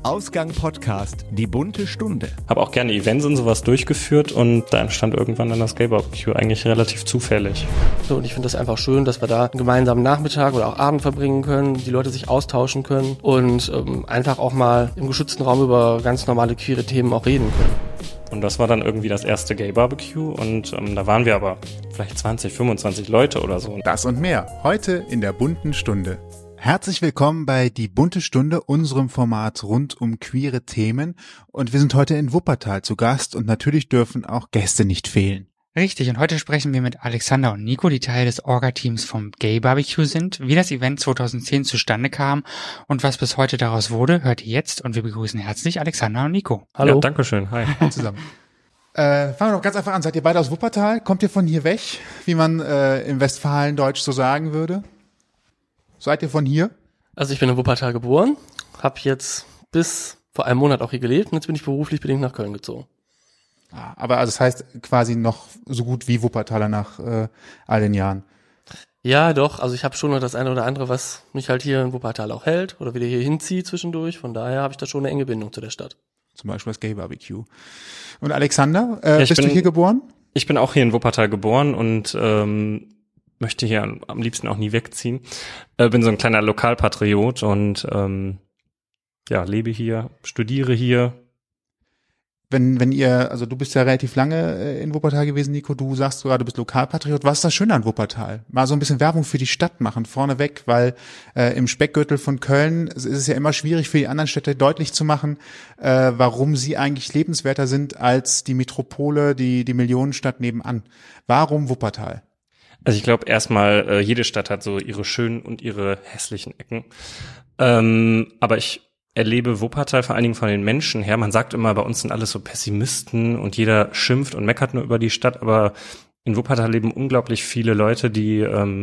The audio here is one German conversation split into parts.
Ausgang Podcast, die bunte Stunde. Habe auch gerne Events und sowas durchgeführt und da entstand irgendwann dann das Gay Barbecue eigentlich relativ zufällig. So, und ich finde das einfach schön, dass wir da einen gemeinsamen Nachmittag oder auch Abend verbringen können, die Leute sich austauschen können und einfach auch mal im geschützten Raum über ganz normale queere Themen auch reden können. Und das war dann irgendwie das erste Gay Barbecue und da waren wir aber vielleicht 20, 25 Leute oder so. Das und mehr, heute in der bunten Stunde. Herzlich willkommen bei Die bunte Stunde, unserem Format rund um queere Themen. Und wir sind heute in Wuppertal zu Gast und natürlich dürfen auch Gäste nicht fehlen. Richtig, und heute sprechen wir mit Alexander und Nico, die Teil des Orga-Teams vom Gay Barbecue sind, wie das Event 2010 zustande kam und was bis heute daraus wurde, hört ihr jetzt und wir begrüßen herzlich Alexander und Nico. Hallo. Ja, dankeschön, hi. Zusammen. Fangen wir doch ganz einfach an. Seid ihr beide aus Wuppertal? Kommt ihr von hier weg, wie man im Westfalendeutsch so sagen würde? Seid ihr von hier? Also ich bin in Wuppertal geboren, habe jetzt bis vor einem Monat auch hier gelebt und jetzt bin ich beruflich bedingt nach Köln gezogen. Aber also das heißt quasi noch so gut wie Wuppertaler nach all den Jahren. Ja, doch. Also ich habe schon noch das eine oder andere, was mich halt hier in Wuppertal auch hält oder wieder hier hinzieht zwischendurch. Von daher habe ich da schon eine enge Bindung zu der Stadt. Zum Beispiel das Gay Barbecue. Und Alexander, bist du hier geboren? Ich bin auch hier in Wuppertal geboren und möchte hier am liebsten auch nie wegziehen. Bin so ein kleiner Lokalpatriot und lebe hier, studiere hier. Wenn ihr, also du bist ja relativ lange in Wuppertal gewesen, Nico, du sagst sogar, du bist Lokalpatriot. Was ist das Schöne an Wuppertal? Mal so ein bisschen Werbung für die Stadt machen, vorneweg, weil im Speckgürtel von Köln ist es ja immer schwierig für die anderen Städte deutlich zu machen, warum sie eigentlich lebenswerter sind als die Metropole, die Millionenstadt nebenan. Warum Wuppertal? Also ich glaube erstmal, jede Stadt hat so ihre schönen und ihre hässlichen Ecken. Aber ich erlebe Wuppertal vor allen Dingen von den Menschen her. Man sagt immer, bei uns sind alles so Pessimisten und jeder schimpft und meckert nur über die Stadt, aber in Wuppertal leben unglaublich viele Leute, die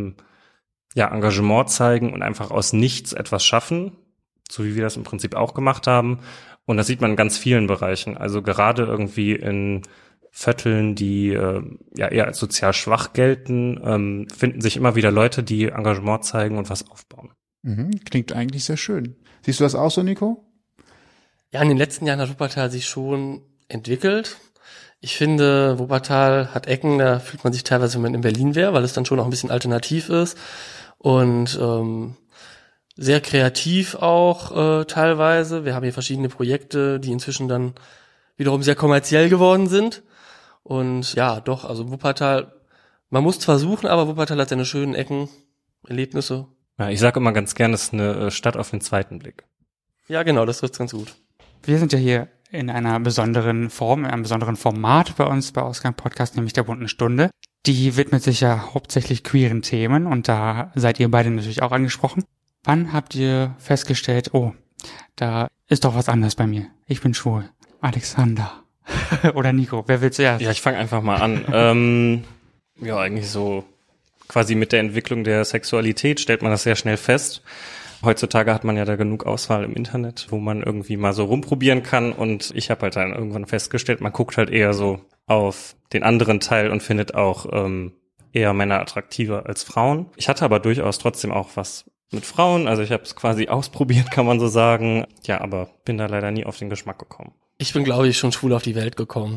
Engagement zeigen und einfach aus nichts etwas schaffen, so wie wir das im Prinzip auch gemacht haben. Und das sieht man in ganz vielen Bereichen. Also gerade irgendwie in Vierteln, die eher als sozial schwach gelten, finden sich immer wieder Leute, die Engagement zeigen und was aufbauen. Klingt eigentlich sehr schön. Siehst du das auch so, Nico? Ja, in den letzten Jahren hat Wuppertal sich schon entwickelt. Ich finde, Wuppertal hat Ecken, da fühlt man sich teilweise, wenn man in Berlin wäre, weil es dann schon auch ein bisschen alternativ ist und sehr kreativ auch teilweise. Wir haben hier verschiedene Projekte, die inzwischen dann wiederum sehr kommerziell geworden sind. Und ja, doch, also Wuppertal, man muss zwar suchen, aber Wuppertal hat seine schönen Ecken, Erlebnisse. Ja, ich sage immer ganz gern, das ist eine Stadt auf den zweiten Blick. Ja, genau, das trifft ganz gut. Wir sind ja hier in einer besonderen Form, in einem besonderen Format bei uns bei Ausgang Podcast, nämlich der bunten Stunde. Die widmet sich ja hauptsächlich queeren Themen und da seid ihr beide natürlich auch angesprochen. Wann habt ihr festgestellt, oh, da ist doch was anderes bei mir. Ich bin schwul. Alexander. Oder Nico, wer will zuerst? Ja, ich fange einfach mal an. Eigentlich so quasi mit der Entwicklung der Sexualität stellt man das sehr schnell fest. Heutzutage hat man ja da genug Auswahl im Internet, wo man irgendwie mal so rumprobieren kann und ich habe halt dann irgendwann festgestellt, man guckt halt eher so auf den anderen Teil und findet auch eher Männer attraktiver als Frauen. Ich hatte aber durchaus trotzdem auch was mit Frauen, also ich habe es quasi ausprobiert, kann man so sagen. Ja, aber bin da leider nie auf den Geschmack gekommen. Ich bin, glaube ich, schon schwul auf die Welt gekommen.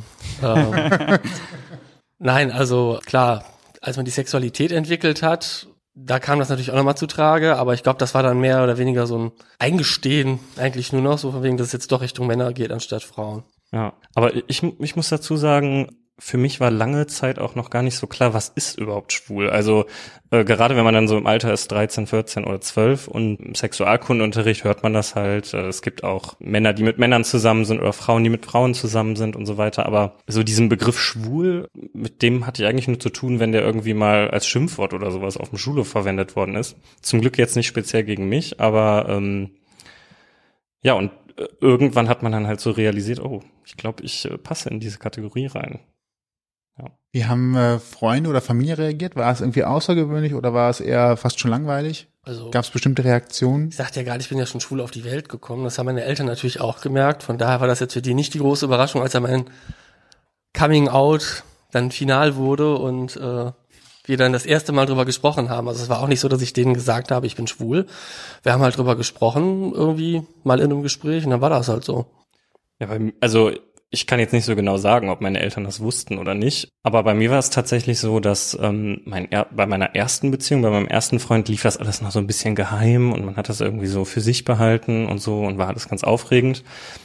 Nein, also klar, als man die Sexualität entwickelt hat, da kam das natürlich auch nochmal zu Trage, aber ich glaube, das war dann mehr oder weniger so ein Eingestehen eigentlich nur noch, so von wegen, dass es jetzt doch Richtung Männer geht anstatt Frauen. Ja, aber ich muss dazu sagen, für mich war lange Zeit auch noch gar nicht so klar, was ist überhaupt schwul. Also gerade wenn man dann so im Alter ist, 13, 14 oder 12 und im Sexualkundeunterricht hört man das halt. Es gibt auch Männer, die mit Männern zusammen sind oder Frauen, die mit Frauen zusammen sind und so weiter. Aber so diesen Begriff schwul, mit dem hatte ich eigentlich nur zu tun, wenn der irgendwie mal als Schimpfwort oder sowas auf dem Schulhof verwendet worden ist. Zum Glück jetzt nicht speziell gegen mich, aber und irgendwann hat man dann halt so realisiert, oh, ich glaube, ich passe in diese Kategorie rein. Ja. Wie haben Freunde oder Familie reagiert? War es irgendwie außergewöhnlich oder war es eher fast schon langweilig? Also gab es bestimmte Reaktionen? Ich sagte ja gerade, ich bin ja schon schwul auf die Welt gekommen. Das haben meine Eltern natürlich auch gemerkt. Von daher war das jetzt für die nicht die große Überraschung, als ja mein Coming Out dann final wurde und wir dann das erste Mal drüber gesprochen haben. Also es war auch nicht so, dass ich denen gesagt habe, ich bin schwul. Wir haben halt drüber gesprochen, irgendwie mal in einem Gespräch und dann war das halt so. Ja, also ich kann jetzt nicht so genau sagen, ob meine Eltern das wussten oder nicht, aber bei mir war es tatsächlich so, dass bei meiner ersten Beziehung, bei meinem ersten Freund lief das alles noch so ein bisschen geheim und man hat das irgendwie so für sich behalten und so und war alles ganz aufregend.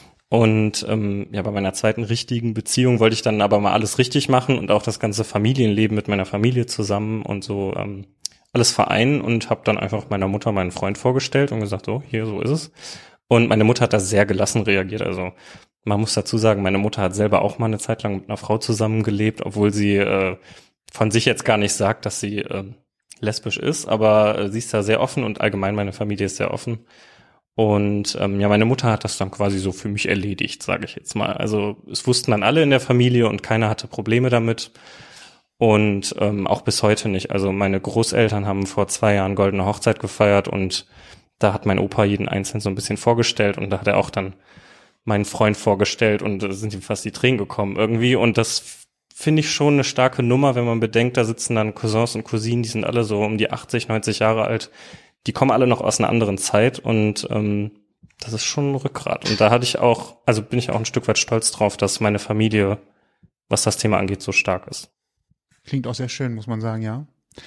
Und bei meiner zweiten richtigen Beziehung wollte ich dann aber mal alles richtig machen und auch das ganze Familienleben mit meiner Familie zusammen und so alles vereinen und habe dann einfach meiner Mutter meinen Freund vorgestellt und gesagt, so, hier, so ist es. Und meine Mutter hat da sehr gelassen reagiert, also man muss dazu sagen, meine Mutter hat selber auch mal eine Zeit lang mit einer Frau zusammengelebt, obwohl sie von sich jetzt gar nicht sagt, dass sie lesbisch ist, aber sie ist da sehr offen und allgemein meine Familie ist sehr offen. Und meine Mutter hat das dann quasi so für mich erledigt, sage ich jetzt mal. Also es wussten dann alle in der Familie und keiner hatte Probleme damit. Und auch bis heute nicht. Also meine Großeltern haben vor 2 Jahren goldene Hochzeit gefeiert und da hat mein Opa jeden Einzelnen so ein bisschen vorgestellt und da hat er auch dann meinen Freund vorgestellt und da sind ihm fast die Tränen gekommen irgendwie. Und das finde ich schon eine starke Nummer, wenn man bedenkt, da sitzen dann Cousins und Cousinen, die sind alle so um die 80, 90 Jahre alt. Die kommen alle noch aus einer anderen Zeit und das ist schon ein Rückgrat. Und da bin ich auch ein Stück weit stolz drauf, dass meine Familie, was das Thema angeht, so stark ist. Klingt auch sehr schön, muss man sagen, ja.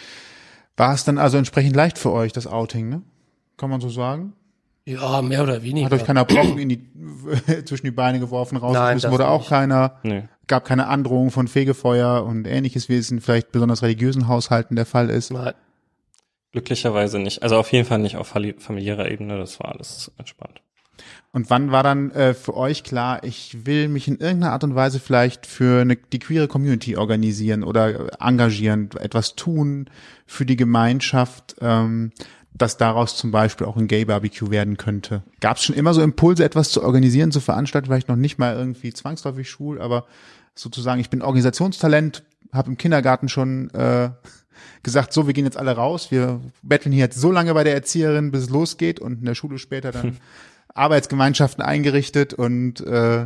War es dann also entsprechend leicht für euch, das Outing, ne? Kann man so sagen? Ja, mehr oder weniger. Hat euch keiner Brocken zwischen die Beine geworfen, rausgeschmissen? Wurde auch keiner? Nee. Gab keine Androhung von Fegefeuer und ähnliches, wie es in vielleicht besonders religiösen Haushalten der Fall ist? Nein. Glücklicherweise nicht. Also auf jeden Fall nicht auf familiärer Ebene, das war alles entspannt. Und wann war dann für euch klar, ich will mich in irgendeiner Art und Weise vielleicht für die queere Community organisieren oder engagieren, etwas tun für die Gemeinschaft, dass daraus zum Beispiel auch ein Gay-Barbecue werden könnte? Gab es schon immer so Impulse, etwas zu organisieren, zu veranstalten, vielleicht noch nicht mal irgendwie zwangsläufig schwul, aber sozusagen, ich bin Organisationstalent, habe im Kindergarten schon gesagt, so, wir gehen jetzt alle raus, wir betteln hier jetzt so lange bei der Erzieherin, bis es losgeht und in der Schule später dann Arbeitsgemeinschaften eingerichtet und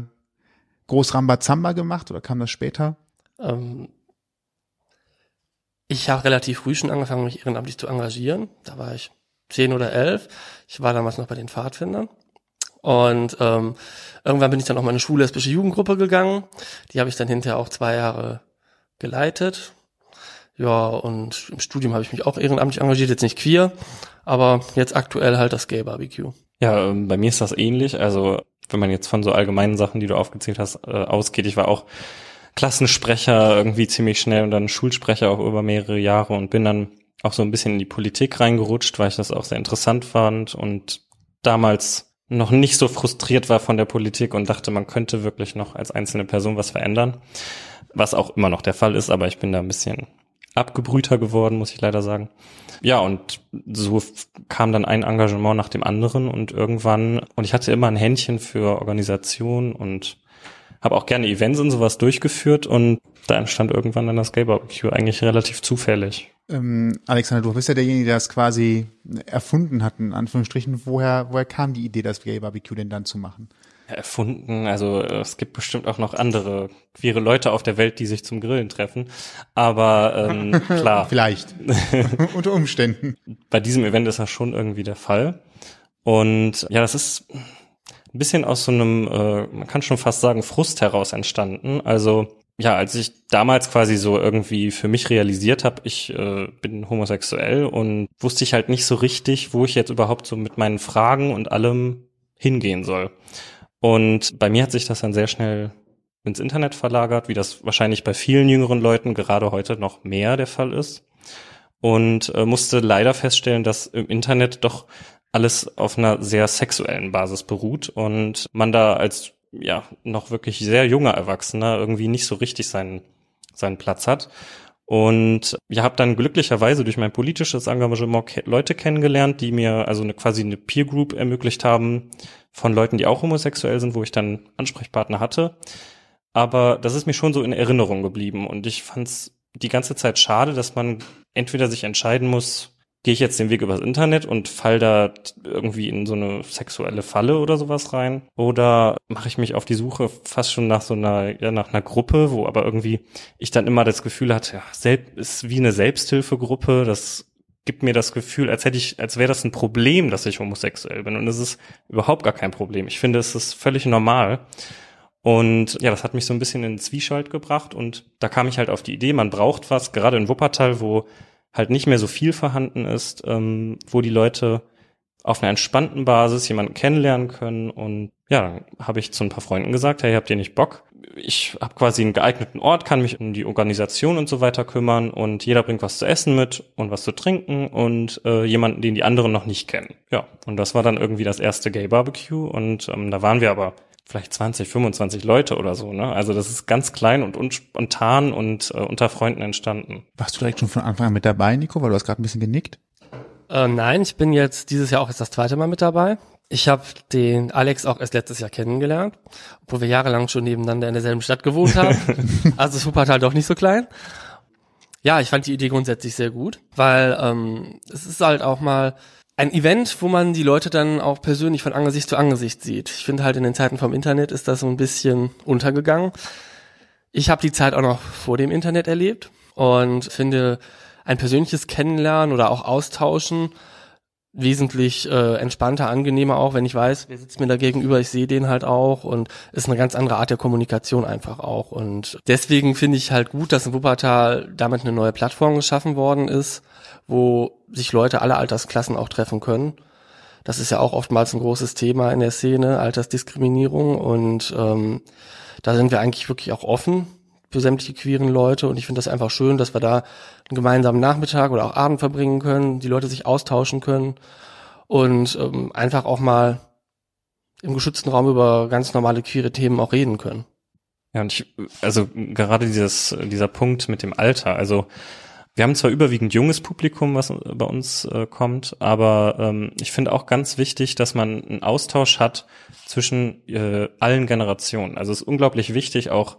groß Rambazamba gemacht oder kam das später? Ich habe relativ früh schon angefangen, mich ehrenamtlich zu engagieren. Da war ich 10 oder 11. Ich war damals noch bei den Pfadfindern. Und irgendwann bin ich dann auch mal in eine schwul-lesbische Jugendgruppe gegangen. Die habe ich dann hinterher auch 2 Jahre geleitet. Ja, und im Studium habe ich mich auch ehrenamtlich engagiert, jetzt nicht queer, aber jetzt aktuell halt das Gay-Barbecue. Ja, bei mir ist das ähnlich. Also wenn man jetzt von so allgemeinen Sachen, die du aufgezählt hast, ausgeht, ich war auch Klassensprecher irgendwie ziemlich schnell und dann Schulsprecher auch über mehrere Jahre und bin dann auch so ein bisschen in die Politik reingerutscht, weil ich das auch sehr interessant fand und damals noch nicht so frustriert war von der Politik und dachte, man könnte wirklich noch als einzelne Person was verändern, was auch immer noch der Fall ist, aber ich bin da ein bisschen abgebrühter geworden, muss ich leider sagen. Ja, und so kam dann ein Engagement nach dem anderen und irgendwann, und ich hatte immer ein Händchen für Organisation und habe auch gerne Events und sowas durchgeführt und da entstand irgendwann dann das Gay-Barbecue, eigentlich relativ zufällig. Alexander, du bist ja derjenige, der das quasi erfunden hat, in Anführungsstrichen. Woher kam die Idee, das Gay-Barbecue denn dann zu machen? Erfunden, also es gibt bestimmt auch noch andere queere Leute auf der Welt, die sich zum Grillen treffen, aber klar. Vielleicht, unter Umständen. Bei diesem Event ist das schon irgendwie der Fall und ja, das ist ein bisschen aus so einem, man kann schon fast sagen, Frust heraus entstanden. Also ja, als ich damals quasi so irgendwie für mich realisiert habe, ich bin homosexuell und wusste ich halt nicht so richtig, wo ich jetzt überhaupt so mit meinen Fragen und allem hingehen soll. Und bei mir hat sich das dann sehr schnell ins Internet verlagert, wie das wahrscheinlich bei vielen jüngeren Leuten gerade heute noch mehr der Fall ist. Und musste leider feststellen, dass im Internet doch alles auf einer sehr sexuellen Basis beruht und man da als ja noch wirklich sehr junger Erwachsener irgendwie nicht so richtig seinen Platz hat. Und ich habe dann glücklicherweise durch mein politisches Engagement Leute kennengelernt, die mir also quasi eine Peer Group ermöglicht haben von Leuten, die auch homosexuell sind, wo ich dann Ansprechpartner hatte. Aber das ist mir schon so in Erinnerung geblieben und ich fand es die ganze Zeit schade, dass man entweder sich entscheiden muss, gehe ich jetzt den Weg übers Internet und fall da irgendwie in so eine sexuelle Falle oder sowas rein? Oder mache ich mich auf die Suche fast schon nach nach einer Gruppe, wo aber irgendwie ich dann immer das Gefühl hatte, ja, ist wie eine Selbsthilfegruppe, das gibt mir das Gefühl, als wäre das ein Problem, dass ich homosexuell bin. Und es ist überhaupt gar kein Problem. Ich finde, es ist völlig normal. Und ja, das hat mich so ein bisschen in Zwiespalt gebracht. Und da kam ich halt auf die Idee, man braucht was, gerade in Wuppertal, wo halt nicht mehr so viel vorhanden ist, wo die Leute auf einer entspannten Basis jemanden kennenlernen können. Und ja, dann habe ich zu ein paar Freunden gesagt, hey, habt ihr nicht Bock? Ich habe quasi einen geeigneten Ort, kann mich um die Organisation und so weiter kümmern und jeder bringt was zu essen mit und was zu trinken und jemanden, den die anderen noch nicht kennen. Ja, und das war dann irgendwie das erste Gay-Barbecue und da waren wir aber vielleicht 20, 25 Leute oder so, ne? Also das ist ganz klein und spontan und unter Freunden entstanden. Warst du direkt schon von Anfang an mit dabei, Nico? Weil du hast gerade ein bisschen genickt. Nein, ich bin jetzt dieses Jahr auch jetzt das zweite Mal mit dabei. Ich habe den Alex auch erst letztes Jahr kennengelernt, obwohl wir jahrelang schon nebeneinander in derselben Stadt gewohnt haben. Also ist Wuppertal doch nicht so klein. Ja, ich fand die Idee grundsätzlich sehr gut, weil es ist halt auch mal ein Event, wo man die Leute dann auch persönlich von Angesicht zu Angesicht sieht. Ich finde halt in den Zeiten vom Internet ist das so ein bisschen untergegangen. Ich habe die Zeit auch noch vor dem Internet erlebt und finde ein persönliches Kennenlernen oder auch Austauschen wesentlich entspannter, angenehmer auch, wenn ich weiß, wer sitzt mir da gegenüber, ich sehe den halt auch und ist eine ganz andere Art der Kommunikation einfach auch. Und deswegen finde ich halt gut, dass in Wuppertal damit eine neue Plattform geschaffen worden ist, wo sich Leute aller Altersklassen auch treffen können. Das ist ja auch oftmals ein großes Thema in der Szene, Altersdiskriminierung und da sind wir eigentlich wirklich auch offen für sämtliche queeren Leute und ich finde das einfach schön, dass wir da einen gemeinsamen Nachmittag oder auch Abend verbringen können, die Leute sich austauschen können und einfach auch mal im geschützten Raum über ganz normale queere Themen auch reden können. Ja, und also gerade dieser Punkt mit dem Alter, also wir haben zwar überwiegend junges Publikum, was bei uns kommt, aber ich finde auch ganz wichtig, dass man einen Austausch hat zwischen allen Generationen. Also es ist unglaublich wichtig auch,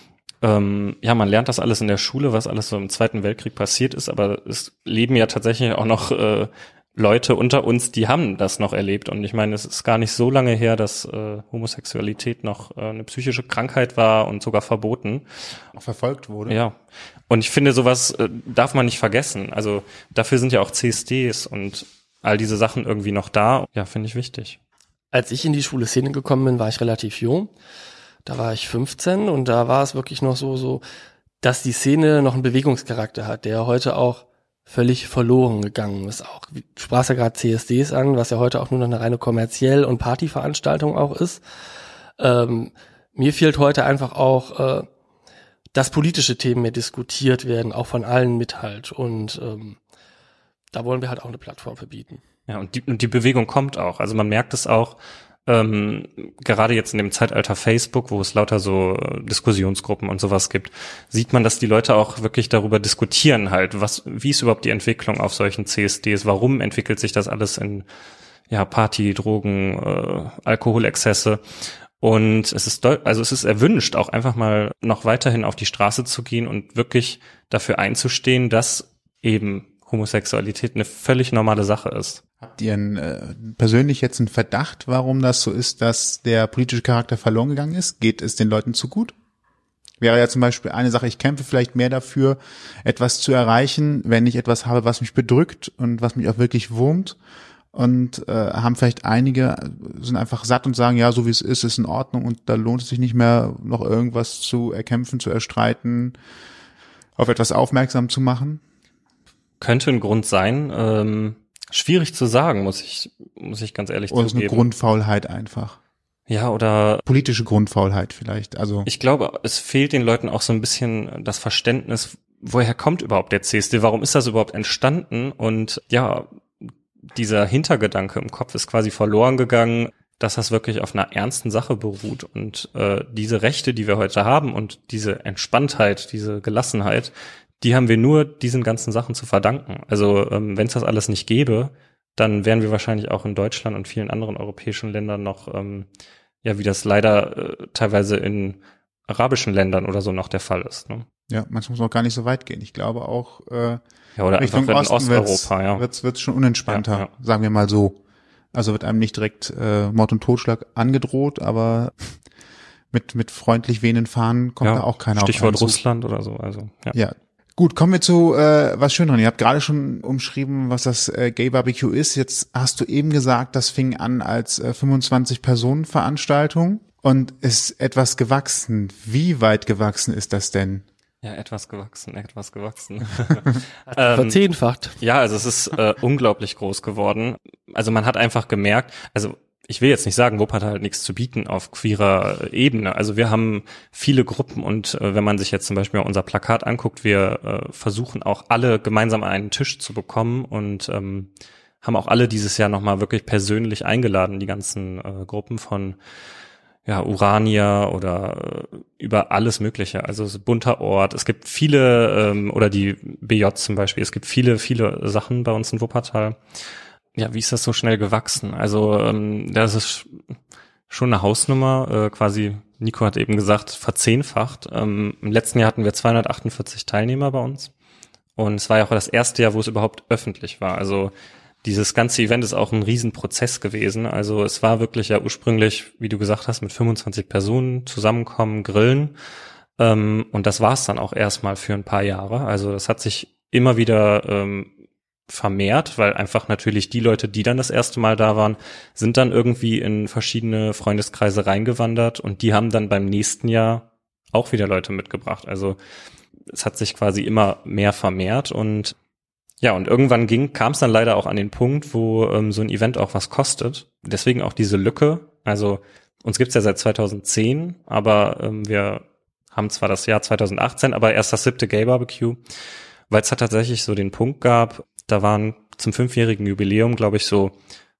man lernt das alles in der Schule, was alles so im Zweiten Weltkrieg passiert ist, aber es leben ja tatsächlich auch noch Leute unter uns, die haben das noch erlebt. Und ich meine, es ist gar nicht so lange her, dass Homosexualität noch eine psychische Krankheit war und sogar verboten. Auch verfolgt wurde. Ja. Und ich finde, sowas darf man nicht vergessen. Also dafür sind ja auch CSDs und all diese Sachen irgendwie noch da. Ja, finde ich wichtig. Als ich in die schwule Szene gekommen bin, war ich relativ jung. Da war ich 15 und da war es wirklich noch so, dass die Szene noch einen Bewegungscharakter hat, der heute auch völlig verloren gegangen ist. Auch, du sprachst ja gerade CSDs an, was ja heute auch nur noch eine reine kommerziell- und Partyveranstaltung auch ist. Mir fehlt heute einfach auch, dass politische Themen mehr diskutiert werden, auch von allen mit halt. Und da wollen wir halt auch eine Plattform für bieten. Ja, und die Bewegung kommt auch. Also man merkt es auch, gerade jetzt in dem Zeitalter Facebook, wo es lauter so Diskussionsgruppen und sowas gibt, sieht man, dass die Leute auch wirklich darüber diskutieren halt, wie ist überhaupt die Entwicklung auf solchen CSDs, warum entwickelt sich das alles in Party, Drogen, Alkoholexzesse. Und es ist erwünscht, auch einfach mal noch weiterhin auf die Straße zu gehen und wirklich dafür einzustehen, dass eben Homosexualität eine völlig normale Sache ist. Habt ihr persönlich jetzt einen Verdacht, warum das so ist, dass der politische Charakter verloren gegangen ist? Geht es den Leuten zu gut? Wäre ja zum Beispiel eine Sache, ich kämpfe vielleicht mehr dafür, etwas zu erreichen, wenn ich etwas habe, was mich bedrückt und was mich auch wirklich wurmt. Und haben vielleicht einige, sind einfach satt und sagen, ja, so wie es ist in Ordnung und da lohnt es sich nicht mehr, noch irgendwas zu erkämpfen, zu erstreiten, auf etwas aufmerksam zu machen? Könnte ein Grund sein. Schwierig zu sagen, muss ich ganz ehrlich zugeben. Oder ist eine Grundfaulheit einfach. Ja, oder politische Grundfaulheit vielleicht. Also ich glaube, es fehlt den Leuten auch so ein bisschen das Verständnis, woher kommt überhaupt der CSD? Warum ist das überhaupt entstanden? Und ja, dieser Hintergedanke im Kopf ist quasi verloren gegangen, dass das wirklich auf einer ernsten Sache beruht. Und diese Rechte, die wir heute haben und diese Entspanntheit, diese Gelassenheit, die haben wir nur diesen ganzen Sachen zu verdanken. Also wenn es das alles nicht gäbe, dann wären wir wahrscheinlich auch in Deutschland und vielen anderen europäischen Ländern noch, wie das leider teilweise in arabischen Ländern oder so noch der Fall ist. Ne? Ja, manchmal muss man auch gar nicht so weit gehen. Ich glaube auch Ja, oder Richtung einfach in Osten Osteuropa, ja. wird's schon unentspannter, Ja. sagen wir mal so. Also wird einem nicht direkt Mord und Totschlag angedroht, aber mit freundlich wehenden Fahnen kommt da auch keiner Stichwort auf einen zu. Russland oder so, also, ja. Ja. Gut, kommen wir zu was Schönerem. Ihr habt gerade schon umschrieben, was das Gay Barbecue ist. Jetzt hast du eben gesagt, das fing an als 25-Personen-Veranstaltung und ist etwas gewachsen. Wie weit gewachsen ist das denn? Ja, etwas gewachsen. Verzehnfacht. Ja, also es ist unglaublich groß geworden. Also man hat einfach gemerkt, also ich will jetzt nicht sagen, Wuppertal hat nichts zu bieten auf queerer Ebene. Also wir haben viele Gruppen und wenn man sich jetzt zum Beispiel unser Plakat anguckt, wir versuchen auch alle gemeinsam an einen Tisch zu bekommen und haben auch alle dieses Jahr nochmal wirklich persönlich eingeladen, die ganzen Gruppen von Urania oder über alles Mögliche. Also es ist ein bunter Ort. Es gibt viele, oder die BJ zum Beispiel, es gibt viele Sachen bei uns in Wuppertal. Ja, wie ist das so schnell gewachsen? Also das ist schon eine Hausnummer, quasi, Nico hat eben gesagt, verzehnfacht. Im letzten Jahr hatten wir 248 Teilnehmer bei uns und es war ja auch das erste Jahr, wo es überhaupt öffentlich war. Also dieses ganze Event ist auch ein Riesenprozess gewesen. Also es war wirklich ja ursprünglich, wie du gesagt hast, mit 25 Personen zusammenkommen, grillen. Und das war es dann auch erstmal für ein paar Jahre. Also das hat sich immer wieder vermehrt, weil einfach natürlich die Leute, die dann das erste Mal da waren, sind dann irgendwie in verschiedene Freundeskreise reingewandert und die haben dann beim nächsten Jahr auch wieder Leute mitgebracht. Also es hat sich quasi immer mehr vermehrt und ja, und irgendwann kam es dann leider auch an den Punkt, wo so ein Event auch was kostet. Deswegen auch diese Lücke. Also uns gibt's ja seit 2010, aber wir haben zwar das Jahr 2018, aber erst das 7. Gay Barbecue, weil es tatsächlich so den Punkt gab, da waren zum 5-jährigen Jubiläum, glaube ich, so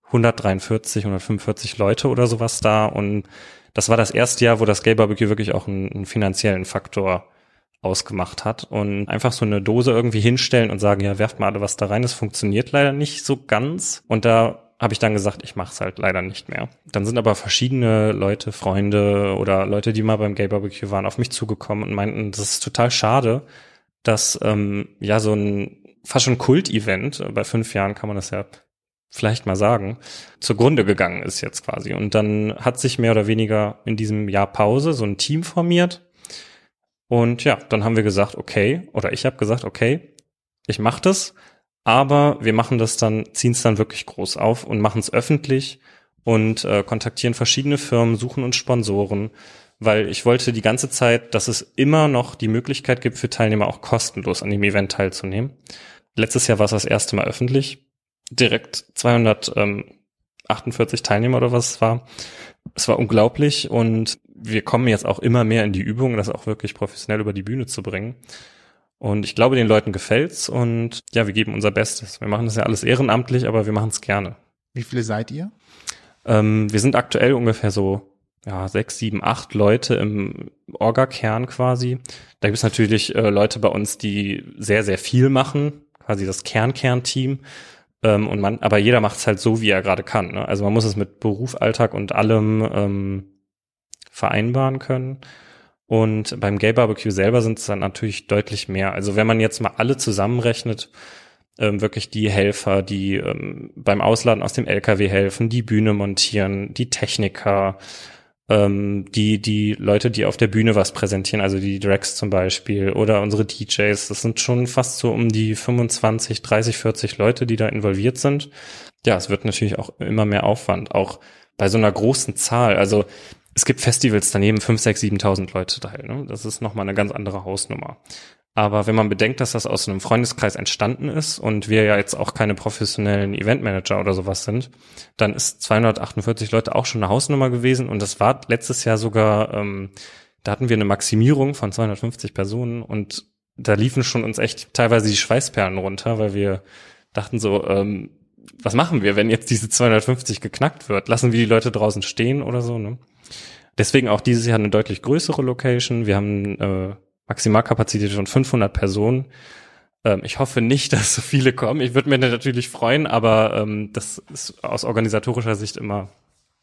145 Leute oder sowas da. Und das war das erste Jahr, wo das Gay Barbecue wirklich auch einen finanziellen Faktor ausgemacht hat. Und einfach so eine Dose irgendwie hinstellen und sagen, ja, werft mal alle was da rein. Das funktioniert leider nicht so ganz. Und da habe ich dann gesagt, ich mache es halt leider nicht mehr. Dann sind aber verschiedene Leute, Freunde oder Leute, die mal beim Gay Barbecue waren, auf mich zugekommen und meinten, das ist total schade, dass so ein fast schon Kult-Event, bei 5 Jahren kann man das ja vielleicht mal sagen, zugrunde gegangen ist jetzt quasi. Und dann hat sich mehr oder weniger in diesem Jahr Pause so ein Team formiert. Und ja, dann haben wir gesagt, okay, oder ich habe gesagt, okay, ich mache das, aber wir machen das dann, ziehen es dann wirklich groß auf und machen es öffentlich und kontaktieren verschiedene Firmen, suchen uns Sponsoren, weil ich wollte die ganze Zeit, dass es immer noch die Möglichkeit gibt für Teilnehmer auch kostenlos an dem Event teilzunehmen. Letztes Jahr war es das erste Mal öffentlich, direkt 248 Teilnehmer oder was es war. Es war unglaublich und wir kommen jetzt auch immer mehr in die Übung, das auch wirklich professionell über die Bühne zu bringen. Und ich glaube, den Leuten gefällt's und ja, wir geben unser Bestes. Wir machen das ja alles ehrenamtlich, aber wir machen es gerne. Wie viele seid ihr? Wir sind aktuell ungefähr so 6, 7, 8 Leute im Orga-Kern quasi. Da gibt es natürlich Leute bei uns, die sehr, sehr viel machen, quasi das Kern-Team. Aber jeder macht es halt so, wie er gerade kann. Ne? Also man muss es mit Beruf, Alltag und allem vereinbaren können. Und beim Gay Barbecue selber sind es dann natürlich deutlich mehr. Also wenn man jetzt mal alle zusammenrechnet, wirklich die Helfer, die beim Ausladen aus dem LKW helfen, die Bühne montieren, die Techniker, die Leute, die auf der Bühne was präsentieren, also die Drags zum Beispiel oder unsere DJs, das sind schon fast so um die 25, 30, 40 Leute, die da involviert sind. Ja, es wird natürlich auch immer mehr Aufwand, auch bei so einer großen Zahl. Also es gibt Festivals, da nehmen 5.000, 6.000, 7.000 Leute teil. Ne? Das ist nochmal eine ganz andere Hausnummer. Aber wenn man bedenkt, dass das aus einem Freundeskreis entstanden ist und wir ja jetzt auch keine professionellen Eventmanager oder sowas sind, dann ist 248 Leute auch schon eine Hausnummer gewesen und das war letztes Jahr sogar, da hatten wir eine Maximierung von 250 Personen und da liefen schon uns echt teilweise die Schweißperlen runter, weil wir dachten so, was machen wir, wenn jetzt diese 250 geknackt wird? Lassen wir die Leute draußen stehen oder so, ne? Deswegen auch dieses Jahr eine deutlich größere Location. Wir haben Maximalkapazität von 500 Personen. Ich hoffe nicht, dass so viele kommen. Ich würde mir natürlich freuen, aber das ist aus organisatorischer Sicht immer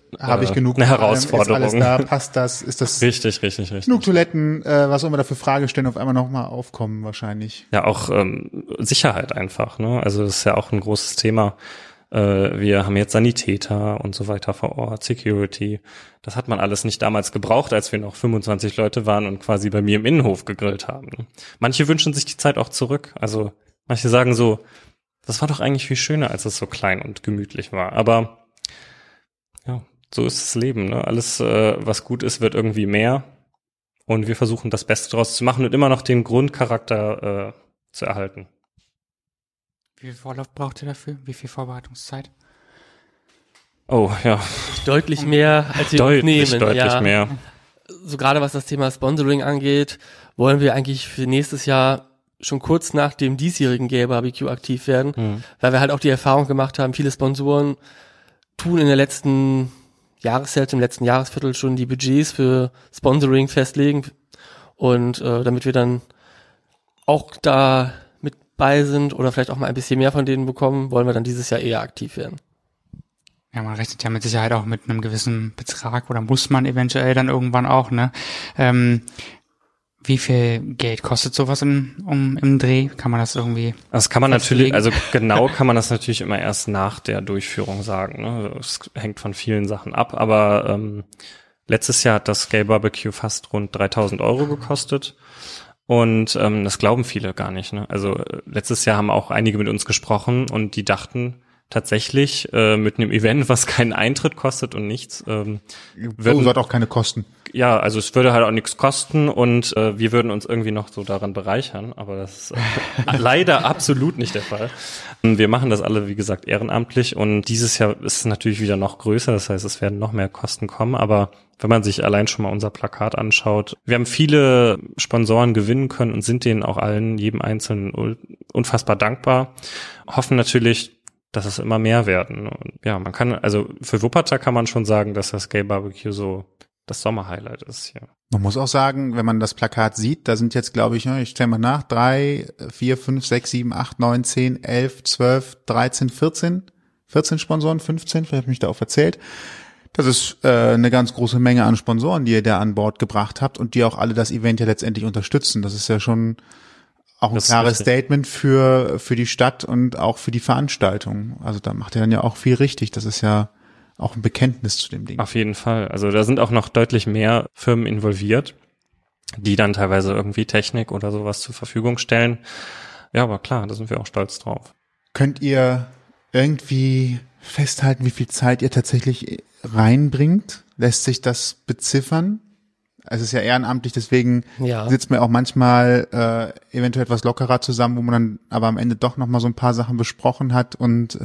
habe ich genug eine Herausforderung. Ist alles da, passt das, ist das Richtig. genug Toiletten, was auch immer da für Fragestellen auf einmal nochmal aufkommen wahrscheinlich. Ja, auch Sicherheit einfach, ne? Also das ist ja auch ein großes Thema. Wir haben jetzt Sanitäter und so weiter vor Ort, Security. Das hat man alles nicht damals gebraucht, als wir noch 25 Leute waren und quasi bei mir im Innenhof gegrillt haben. Ne? Manche wünschen sich die Zeit auch zurück. Also manche sagen so, das war doch eigentlich viel schöner, als es so klein und gemütlich war. Aber ja, so ist das Leben. Ne? Alles, was gut ist, wird irgendwie mehr. Und wir versuchen, das Beste draus zu machen und immer noch den Grundcharakter zu erhalten. Wie viel Vorlauf braucht ihr dafür? Wie viel Vorbereitungszeit? Oh, ja. Deutlich mehr, als wir Deutlich nehmen. mehr. So gerade was das Thema Sponsoring angeht, wollen wir eigentlich für nächstes Jahr schon kurz nach dem diesjährigen Gay Barbecue aktiv werden, weil wir halt auch die Erfahrung gemacht haben, viele Sponsoren tun in der letzten Jahreshälfte, im letzten Jahresviertel schon die Budgets für Sponsoring festlegen und damit wir dann auch da mit bei sind oder vielleicht auch mal ein bisschen mehr von denen bekommen, wollen wir dann dieses Jahr eher aktiv werden. Ja, man rechnet ja mit Sicherheit auch mit einem gewissen Betrag oder muss man eventuell dann irgendwann auch, ne? Wie viel Geld kostet sowas im Dreh? Kann man das irgendwie? Das kann man natürlich, also genau kann man das natürlich immer erst nach der Durchführung sagen. Ne? Es hängt von vielen Sachen ab, aber letztes Jahr hat das Gay Barbecue fast rund 3.000 € gekostet. Und das glauben viele gar nicht. Ne? Also letztes Jahr haben auch einige mit uns gesprochen und die dachten tatsächlich mit einem Event, was keinen Eintritt kostet und nichts. Hat auch keine Kosten. Ja, also es würde halt auch nichts kosten und wir würden uns irgendwie noch so daran bereichern, aber das ist leider absolut nicht der Fall. Wir machen das alle, wie gesagt, ehrenamtlich und dieses Jahr ist es natürlich wieder noch größer, das heißt, es werden noch mehr Kosten kommen, aber wenn man sich allein schon mal unser Plakat anschaut, wir haben viele Sponsoren gewinnen können und sind denen auch allen, jedem Einzelnen unfassbar dankbar, hoffen natürlich, dass es immer mehr werden. Und ja, man kann, also für Wuppertal kann man schon sagen, dass das Gay Barbecue so das Sommerhighlight ist hier. Man muss auch sagen, wenn man das Plakat sieht, da sind jetzt, glaube ich stelle mal nach, 3, 4, 5, 6, 7, 8, 9, 10, 11, 12, 13, 14 Sponsoren, 15, vielleicht habe ich mich da auch verzählt. Das ist eine ganz große Menge an Sponsoren, die ihr da an Bord gebracht habt und die auch alle das Event ja letztendlich unterstützen. Das ist ja schon auch ein klares Statement für die Stadt und auch für die Veranstaltung. Also da macht ihr dann ja auch viel richtig. Das ist ja auch ein Bekenntnis zu dem Ding. Auf jeden Fall. Also da sind auch noch deutlich mehr Firmen involviert, die dann teilweise irgendwie Technik oder sowas zur Verfügung stellen. Ja, aber klar, da sind wir auch stolz drauf. Könnt ihr irgendwie festhalten, wie viel Zeit ihr tatsächlich reinbringt? Lässt sich das beziffern? Es ist ja ehrenamtlich, deswegen sitzt man auch manchmal eventuell etwas lockerer zusammen, wo man dann aber am Ende doch nochmal so ein paar Sachen besprochen hat und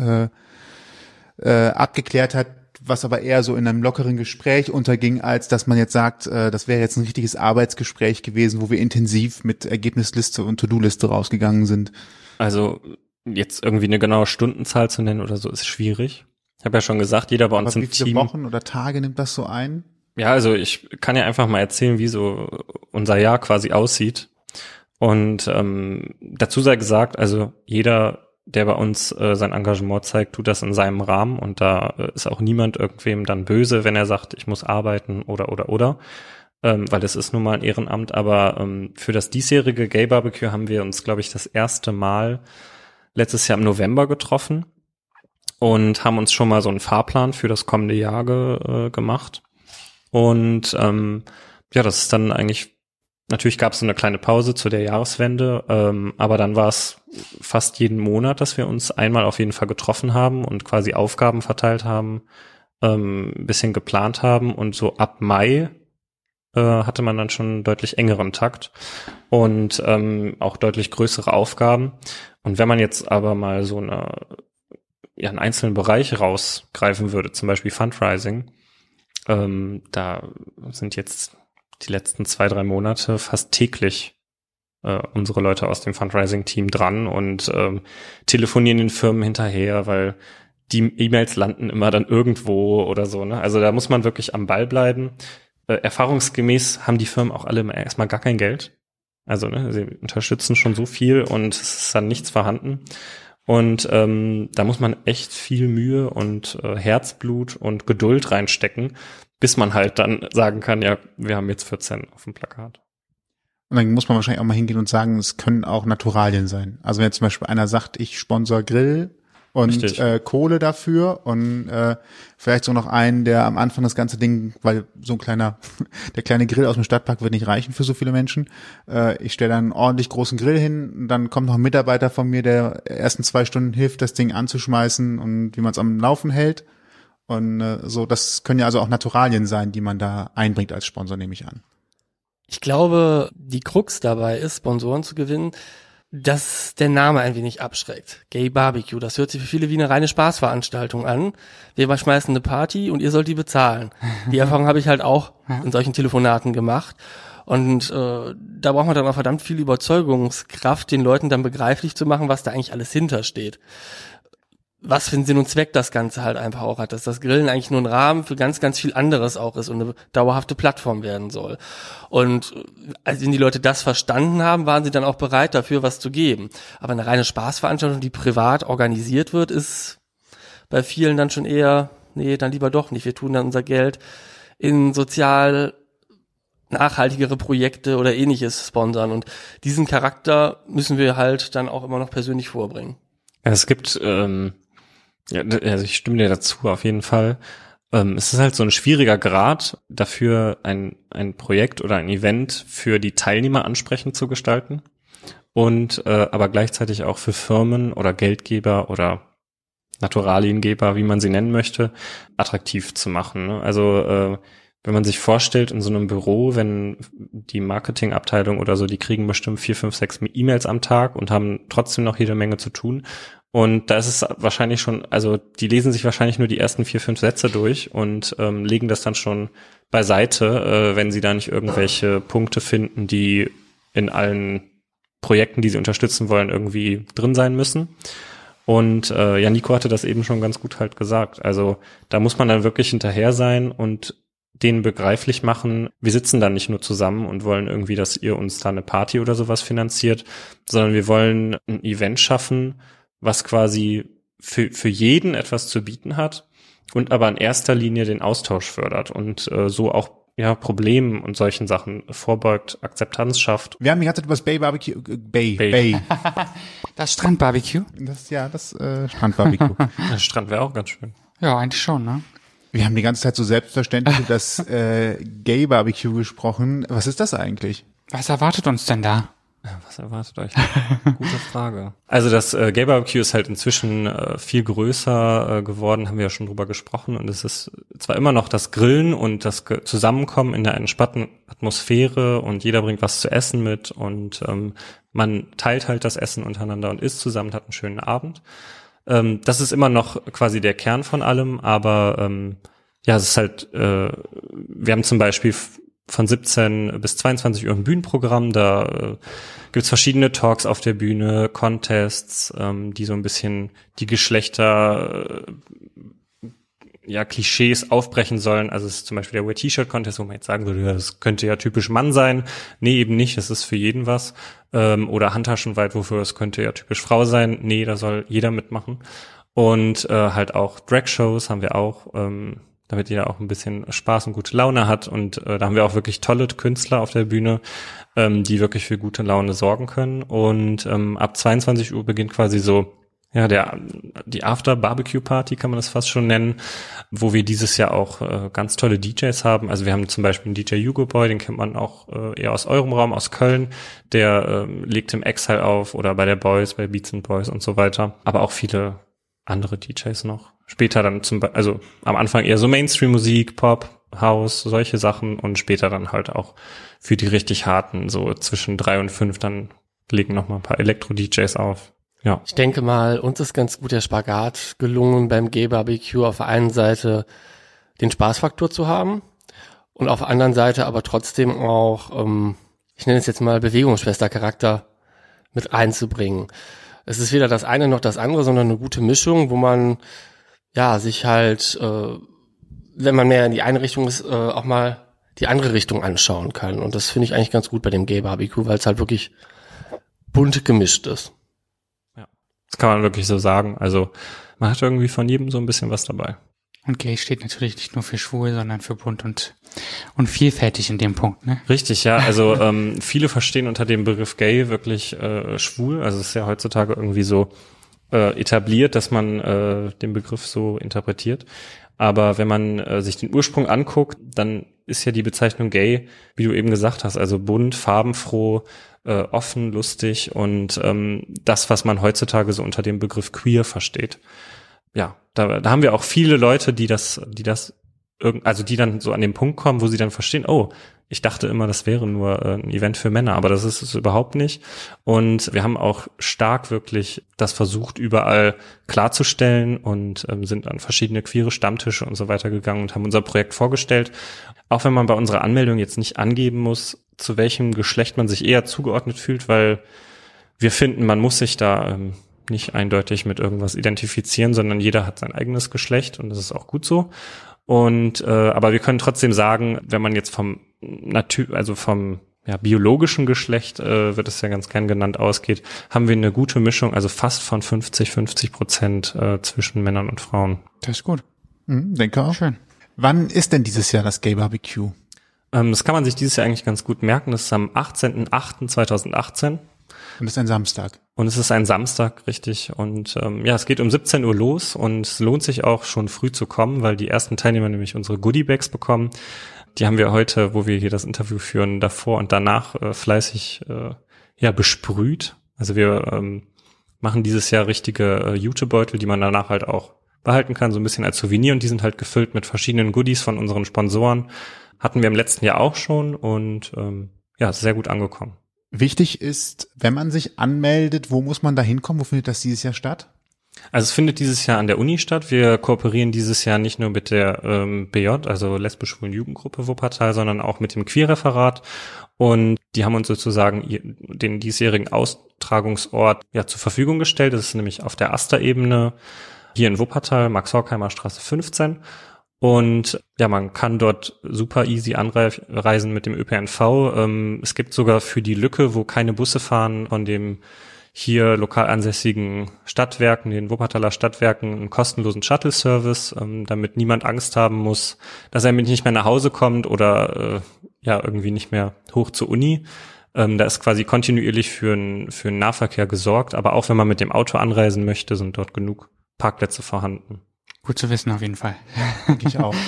abgeklärt hat, was aber eher so in einem lockeren Gespräch unterging, als dass man jetzt sagt, das wäre jetzt ein richtiges Arbeitsgespräch gewesen, wo wir intensiv mit Ergebnisliste und To-Do-Liste rausgegangen sind. Also jetzt irgendwie eine genaue Stundenzahl zu nennen oder so ist schwierig. Ich habe ja schon gesagt, jeder bei uns im Team. Wie viele Wochen oder Tage nimmt das so ein? Ja, also ich kann ja einfach mal erzählen, wie so unser Jahr quasi aussieht. Und dazu sei gesagt, also jeder, der bei uns sein Engagement zeigt, tut das in seinem Rahmen und da ist auch niemand irgendwem dann böse, wenn er sagt, ich muss arbeiten oder, weil das ist nun mal ein Ehrenamt, aber für das diesjährige Gay Barbecue haben wir uns, glaube ich, das erste Mal letztes Jahr im November getroffen und haben uns schon mal so einen Fahrplan für das kommende Jahr gemacht und ja, das ist dann eigentlich. Natürlich gab es so eine kleine Pause zu der Jahreswende, aber dann war es fast jeden Monat, dass wir uns einmal auf jeden Fall getroffen haben und quasi Aufgaben verteilt haben, ein bisschen geplant haben und so ab Mai hatte man dann schon einen deutlich engeren Takt und auch deutlich größere Aufgaben. Und wenn man jetzt aber mal so einen einzelnen Bereich rausgreifen würde, zum Beispiel Fundraising, da sind jetzt die letzten 2-3 Monate fast täglich unsere Leute aus dem Fundraising-Team dran und telefonieren den Firmen hinterher, weil die E-Mails landen immer dann irgendwo oder so. Ne? Also da muss man wirklich am Ball bleiben. Erfahrungsgemäß haben die Firmen auch alle erstmal gar kein Geld. Also ne, sie unterstützen schon so viel und es ist dann nichts vorhanden. Und da muss man echt viel Mühe und Herzblut und Geduld reinstecken, bis man halt dann sagen kann, ja, wir haben jetzt 14 auf dem Plakat. Und dann muss man wahrscheinlich auch mal hingehen und sagen, es können auch Naturalien sein. Also wenn jetzt zum Beispiel einer sagt, ich sponsor Grill und Kohle dafür und vielleicht so noch einen, der am Anfang das ganze Ding, weil so der kleine Grill aus dem Stadtpark wird nicht reichen für so viele Menschen. Ich stelle dann einen ordentlich großen Grill hin und dann kommt noch ein Mitarbeiter von mir, der ersten 2 Stunden hilft, das Ding anzuschmeißen und wie man es am Laufen hält. Und so, das können ja also auch Naturalien sein, die man da einbringt als Sponsor, nehme ich an. Ich glaube, die Krux dabei ist, Sponsoren zu gewinnen, dass der Name ein wenig abschreckt. Gay Barbecue, das hört sich für viele wie eine reine Spaßveranstaltung an. Wir schmeißen eine Party und ihr sollt die bezahlen. Die Erfahrung habe ich halt auch in solchen Telefonaten gemacht. Und da braucht man dann auch verdammt viel Überzeugungskraft, den Leuten dann begreiflich zu machen, was da eigentlich alles hintersteht. Was für einen Sinn und Zweck das Ganze halt einfach auch hat, dass das Grillen eigentlich nur ein Rahmen für ganz, ganz viel anderes auch ist und eine dauerhafte Plattform werden soll. Und als die Leute das verstanden haben, waren sie dann auch bereit, dafür was zu geben. Aber eine reine Spaßveranstaltung, die privat organisiert wird, ist bei vielen dann schon eher, nee, dann lieber doch nicht. Wir tun dann unser Geld in sozial nachhaltigere Projekte oder ähnliches sponsern. Und diesen Charakter müssen wir halt dann auch immer noch persönlich vorbringen. Es gibt ja, also ich stimme dir dazu auf jeden Fall. Es ist halt so ein schwieriger Grad dafür, ein Projekt oder ein Event für die Teilnehmer ansprechend zu gestalten und aber gleichzeitig auch für Firmen oder Geldgeber oder Naturaliengeber, wie man sie nennen möchte, attraktiv zu machen. Ne? Also wenn man sich vorstellt, in so einem Büro, wenn die Marketingabteilung oder so, die kriegen bestimmt 4, 5, 6 E-Mails am Tag und haben trotzdem noch jede Menge zu tun. Und da ist es wahrscheinlich schon, also die lesen sich wahrscheinlich nur die ersten 4, 5 Sätze durch und legen das dann schon beiseite, wenn sie da nicht irgendwelche Punkte finden, die in allen Projekten, die sie unterstützen wollen, irgendwie drin sein müssen. Und ja, Nico hatte das eben schon ganz gut halt gesagt. Also da muss man dann wirklich hinterher sein und denen begreiflich machen, wir sitzen da nicht nur zusammen und wollen irgendwie, dass ihr uns da eine Party oder sowas finanziert, sondern wir wollen ein Event schaffen, was quasi für jeden etwas zu bieten hat und aber in erster Linie den Austausch fördert und so auch ja Problemen und solchen Sachen vorbeugt, Akzeptanz schafft. Wir haben die ganze Zeit über das Bay Barbecue, Bay. Das Strandbarbecue? Das Strandbarbecue. Der Strand wäre auch ganz schön. Ja, eigentlich schon, ne? Wir haben die ganze Zeit so selbstverständlich über das Gay Barbecue gesprochen. Was ist das eigentlich? Was erwartet uns denn da? Was erwartet euch? Gute Frage. Also das Gay Barbecue ist halt inzwischen viel größer geworden, haben wir ja schon drüber gesprochen. Und es ist zwar immer noch das Grillen und das Zusammenkommen in der entspannten Atmosphäre und jeder bringt was zu essen mit und man teilt halt das Essen untereinander und isst zusammen und hat einen schönen Abend. Das ist immer noch quasi der Kern von allem, aber ja, es ist halt, wir haben zum Beispiel von 17 bis 22 Uhr ein Bühnenprogramm, da gibt's verschiedene Talks auf der Bühne, Contests, die so ein bisschen die Geschlechter ja Klischees aufbrechen sollen. Also es ist zum Beispiel der Wear T-Shirt Contest, wo man jetzt sagen würde, ja, das könnte ja typisch Mann sein. Nee, eben nicht, das ist für jeden was. Oder Handtaschenweitwurf, das könnte ja typisch Frau sein. Nee, da soll jeder mitmachen. Und halt auch Drag-Shows haben wir auch, damit jeder auch ein bisschen Spaß und gute Laune hat. Und da haben wir auch wirklich tolle Künstler auf der Bühne, die wirklich für gute Laune sorgen können. Und ab 22 Uhr beginnt quasi so ja die After-Barbecue-Party, kann man das fast schon nennen, wo wir dieses Jahr auch ganz tolle DJs haben. Also wir haben zum Beispiel einen DJ Hugo Boy, den kennt man auch eher aus eurem Raum, aus Köln. Der legt im Exile auf oder bei der Boys, bei Beats and Boys und so weiter. Aber auch viele andere DJs noch. Später dann also am Anfang eher so Mainstream-Musik, Pop, House, solche Sachen und später dann halt auch für die richtig harten, so zwischen 3 und 5, dann legen noch mal ein paar Elektro-DJs auf. Ja. Ich denke mal, uns ist ganz gut der Spagat gelungen beim Gay Barbecue, auf der einen Seite den Spaßfaktor zu haben und auf der anderen Seite aber trotzdem auch, ich nenne es jetzt mal Bewegungsschwester-Charakter mit reinzubringen. Es ist weder das eine noch das andere, sondern eine gute Mischung, wo man ja sich halt, wenn man mehr in die eine Richtung ist, auch mal die andere Richtung anschauen kann. Und das finde ich eigentlich ganz gut bei dem Gay Barbecue, weil es halt wirklich bunt gemischt ist. Das kann man wirklich so sagen. Also man hat irgendwie von jedem so ein bisschen was dabei. Und gay steht natürlich nicht nur für schwul, sondern für bunt und vielfältig in dem Punkt, ne? Richtig, ja. Also viele verstehen unter dem Begriff gay wirklich schwul. Also es ist ja heutzutage irgendwie so etabliert, dass man den Begriff so interpretiert. Aber wenn man sich den Ursprung anguckt, dann ist ja die Bezeichnung gay, wie du eben gesagt hast, also bunt, farbenfroh, offen, lustig und das, was man heutzutage so unter dem Begriff queer versteht. Ja, da haben wir auch viele Leute, die dann so an den Punkt kommen, wo sie dann verstehen, oh, ich dachte immer, das wäre nur ein Event für Männer, aber das ist es überhaupt nicht. Und wir haben auch stark wirklich das versucht, überall klarzustellen und sind an verschiedene queere Stammtische und so weiter gegangen und haben unser Projekt vorgestellt. Auch wenn man bei unserer Anmeldung jetzt nicht angeben muss, zu welchem Geschlecht man sich eher zugeordnet fühlt, weil wir finden, man muss sich da nicht eindeutig mit irgendwas identifizieren, sondern jeder hat sein eigenes Geschlecht und das ist auch gut so. Und aber wir können trotzdem sagen, wenn man jetzt vom biologischen Geschlecht, wird es ja ganz gern genannt, ausgeht, haben wir eine gute Mischung, also fast von 50% zwischen Männern und Frauen. Das ist gut. Denke auch. Schön. Wann ist denn dieses Jahr das Gay Barbecue? Das kann man sich dieses Jahr eigentlich ganz gut merken. Das ist am 18.08.2018. Und das ist ein Samstag. Und es ist ein Samstag, richtig. Und es geht um 17 Uhr los und es lohnt sich auch schon früh zu kommen, weil die ersten Teilnehmer nämlich unsere Goodie-Bags bekommen. Die haben wir heute, wo wir hier das Interview führen, davor und danach fleißig besprüht. Also wir machen dieses Jahr richtige Jutebeutel, die man danach halt auch behalten kann, so ein bisschen als Souvenir. Und die sind halt gefüllt mit verschiedenen Goodies von unseren Sponsoren. Hatten wir im letzten Jahr auch schon und ist sehr gut angekommen. Wichtig ist, wenn man sich anmeldet, wo muss man da hinkommen? Wo findet das dieses Jahr statt? Also es findet dieses Jahr an der Uni statt. Wir kooperieren dieses Jahr nicht nur mit der BJ, also lesbisch-schwulen Jugendgruppe Wuppertal, sondern auch mit dem Queerreferat. Und die haben uns sozusagen den diesjährigen Austragungsort zur Verfügung gestellt. Das ist nämlich auf der Aster-Ebene hier in Wuppertal, Max-Horkheimer Straße 15. Und man kann dort super easy anreisen mit dem ÖPNV. Es gibt sogar für die Lücke, wo keine Busse fahren, von dem hier lokal ansässigen Stadtwerken, den Wuppertaler Stadtwerken, einen kostenlosen Shuttle-Service, damit niemand Angst haben muss, dass er nicht mehr nach Hause kommt oder irgendwie nicht mehr hoch zur Uni. Da ist quasi kontinuierlich für einen Nahverkehr gesorgt. Aber auch wenn man mit dem Auto anreisen möchte, sind dort genug Parkplätze vorhanden. Gut zu wissen auf jeden Fall. Denke ich auch.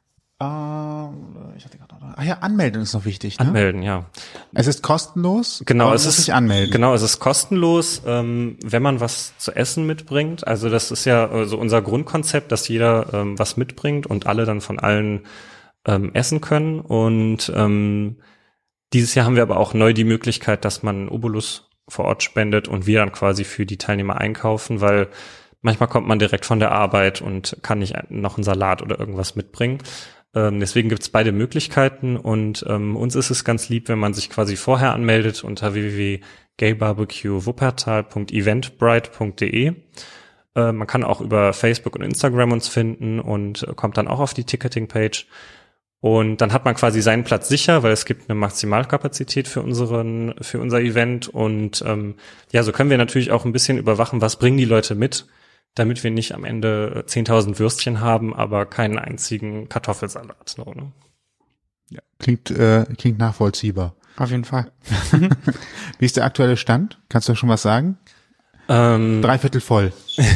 Anmelden ist noch wichtig, ne? Anmelden, ja. Es ist kostenlos. Genau, es ist sich anmelden. Genau, es ist kostenlos, wenn man was zu essen mitbringt. Also das ist ja so unser Grundkonzept, dass jeder was mitbringt und alle dann von allen essen können. Und dieses Jahr haben wir aber auch neu die Möglichkeit, dass man einen Obolus vor Ort spendet und wir dann quasi für die Teilnehmer einkaufen, weil manchmal kommt man direkt von der Arbeit und kann nicht noch einen Salat oder irgendwas mitbringen. Deswegen gibt's beide Möglichkeiten und uns ist es ganz lieb, wenn man sich quasi vorher anmeldet unter www.gaybarbecuewuppertal.eventbrite.de. Man kann auch über Facebook und Instagram uns finden und kommt dann auch auf die Ticketing-Page. Und dann hat man quasi seinen Platz sicher, weil es gibt eine Maximalkapazität für unser Event. Und so können wir natürlich auch ein bisschen überwachen, was bringen die Leute mit, damit wir nicht am Ende 10.000 Würstchen haben, aber keinen einzigen Kartoffelsalat. Ne? Ja, klingt nachvollziehbar. Auf jeden Fall. Wie ist der aktuelle Stand? Kannst du schon was sagen? 3/4 voll.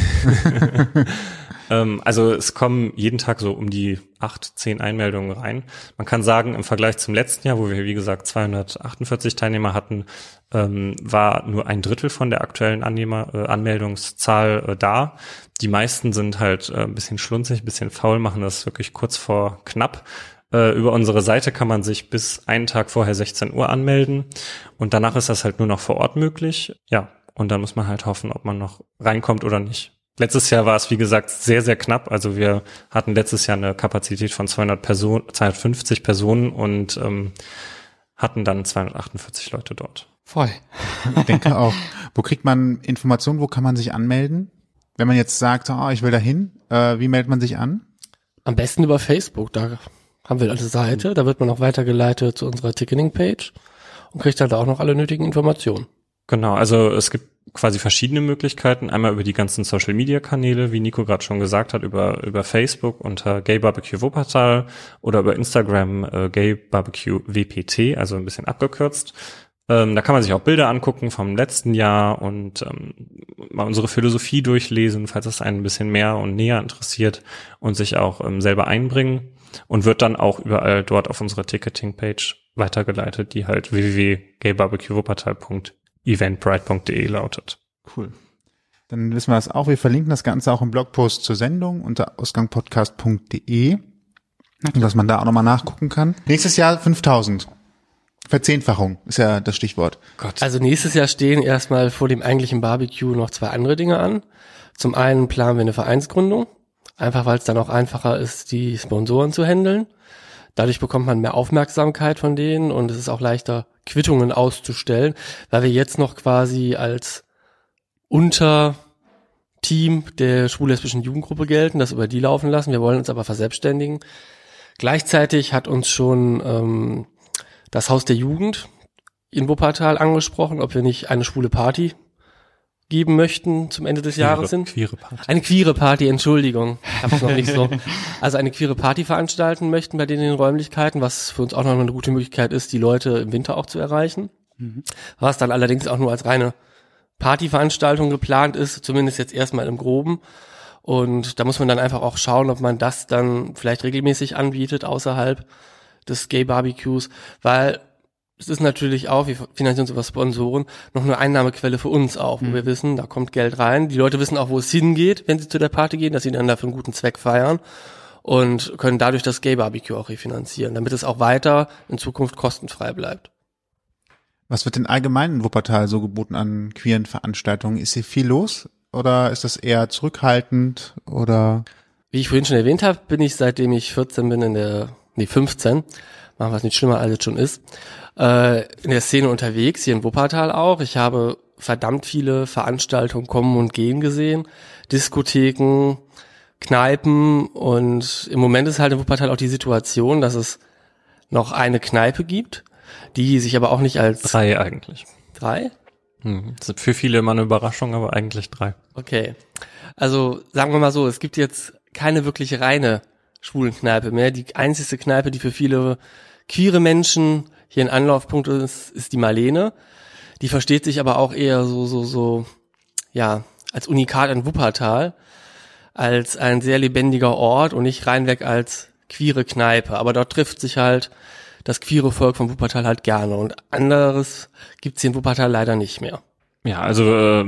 Also es kommen jeden Tag so um die 8-10 Einmeldungen rein. Man kann sagen, im Vergleich zum letzten Jahr, wo wir, wie gesagt, 248 Teilnehmer hatten, war nur 1/3 von der aktuellen Anmeldungszahl da. Die meisten sind halt ein bisschen schlunzig, ein bisschen faul, machen das wirklich kurz vor knapp. Über unsere Seite kann man sich bis einen Tag vorher 16 Uhr anmelden und danach ist das halt nur noch vor Ort möglich. Ja, und dann muss man halt hoffen, ob man noch reinkommt oder nicht. Letztes Jahr war es, wie gesagt, sehr, sehr knapp. Also wir hatten letztes Jahr eine Kapazität von 250 Personen und hatten dann 248 Leute dort. Voll. Ich denke auch. Wo kriegt man Informationen? Wo kann man sich anmelden? Wenn man jetzt sagt, ich will da hin, wie meldet man sich an? Am besten über Facebook. Da haben wir eine Seite. Da wird man auch weitergeleitet zu unserer Ticketing-Page und kriegt dann da auch noch alle nötigen Informationen. Genau, also es gibt quasi verschiedene Möglichkeiten. Einmal über die ganzen Social-Media-Kanäle, wie Nico gerade schon gesagt hat, über Facebook unter Gay Barbecue Wuppertal oder über Instagram Gay Barbecue WPT, also ein bisschen abgekürzt. Da kann man sich auch Bilder angucken vom letzten Jahr und mal unsere Philosophie durchlesen, falls es einen ein bisschen mehr und näher interessiert und sich auch selber einbringen und wird dann auch überall dort auf unserer Ticketing-Page weitergeleitet, die halt www.gaybarbecuewuppertal.eventbrite.de lautet. Cool. Dann wissen wir das auch. Wir verlinken das Ganze auch im Blogpost zur Sendung unter ausgangpodcast.de, dass man da auch nochmal nachgucken kann. Nächstes Jahr 5000. Verzehnfachung ist ja das Stichwort. Gott. Also nächstes Jahr stehen erstmal vor dem eigentlichen Barbecue noch 2 andere Dinge an. Zum einen planen wir eine Vereinsgründung, einfach weil es dann auch einfacher ist, die Sponsoren zu handeln. Dadurch bekommt man mehr Aufmerksamkeit von denen und es ist auch leichter, Quittungen auszustellen, weil wir jetzt noch quasi als Unterteam der schwul-lesbischen Jugendgruppe gelten, das über die laufen lassen. Wir wollen uns aber verselbstständigen. Gleichzeitig hat uns schon das Haus der Jugend in Wuppertal angesprochen, ob wir nicht eine schwule Party geben möchten zum Ende des Jahres hin. Queere Party. Eine queere Party, Entschuldigung. Ich hab's noch nicht so. Also eine queere Party veranstalten möchten bei denen in den Räumlichkeiten, was für uns auch noch eine gute Möglichkeit ist, die Leute im Winter auch zu erreichen. Was dann allerdings auch nur als reine Partyveranstaltung geplant ist, zumindest jetzt erstmal im Groben. Und da muss man dann einfach auch schauen, ob man das dann vielleicht regelmäßig anbietet außerhalb des Gay Barbecues, weil es ist natürlich auch, wir finanzieren uns über Sponsoren, noch eine Einnahmequelle für uns auch, wo wir wissen, da kommt Geld rein. Die Leute wissen auch, wo es hingeht, wenn sie zu der Party gehen, dass sie dann dafür einen guten Zweck feiern und können dadurch das Gay Barbecue auch refinanzieren, damit es auch weiter in Zukunft kostenfrei bleibt. Was wird denn allgemein in Wuppertal so geboten an queeren Veranstaltungen? Ist hier viel los oder ist das eher zurückhaltend oder? Wie ich vorhin schon erwähnt habe, bin ich, seitdem ich 14 bin 15, machen wir es nicht schlimmer, als es schon ist, in der Szene unterwegs, hier in Wuppertal auch. Ich habe verdammt viele Veranstaltungen kommen und gehen gesehen, Diskotheken, Kneipen und im Moment ist halt in Wuppertal auch die Situation, dass es noch eine Kneipe gibt, die sich aber auch nicht als... 3 eigentlich. 3? Das ist für viele immer eine Überraschung, aber eigentlich 3. Okay. Also sagen wir mal so, es gibt jetzt keine wirklich reine schwulen Kneipe mehr. Die einzige Kneipe, die für viele queere Menschen hier ein Anlaufpunkt ist die Marlene. Die versteht sich aber auch eher so, ja, als Unikat in Wuppertal, als ein sehr lebendiger Ort und nicht reinweg als queere Kneipe. Aber dort trifft sich halt das queere Volk von Wuppertal halt gerne und anderes gibt's hier in Wuppertal leider nicht mehr. Ja, also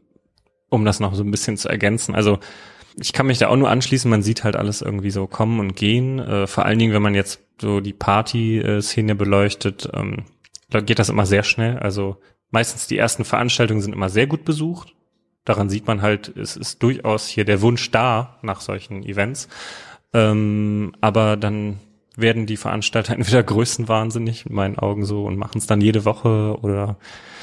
um das noch so ein bisschen zu ergänzen, also ich kann mich da auch nur anschließen, man sieht halt alles irgendwie so kommen und gehen, vor allen Dingen, wenn man jetzt so die Party-Szene beleuchtet, da geht das immer sehr schnell, also meistens die ersten Veranstaltungen sind immer sehr gut besucht, daran sieht man halt, es ist durchaus hier der Wunsch da nach solchen Events, aber dann werden die Veranstalter entweder größenwahnsinnig in meinen Augen so und machen es dann jede Woche oder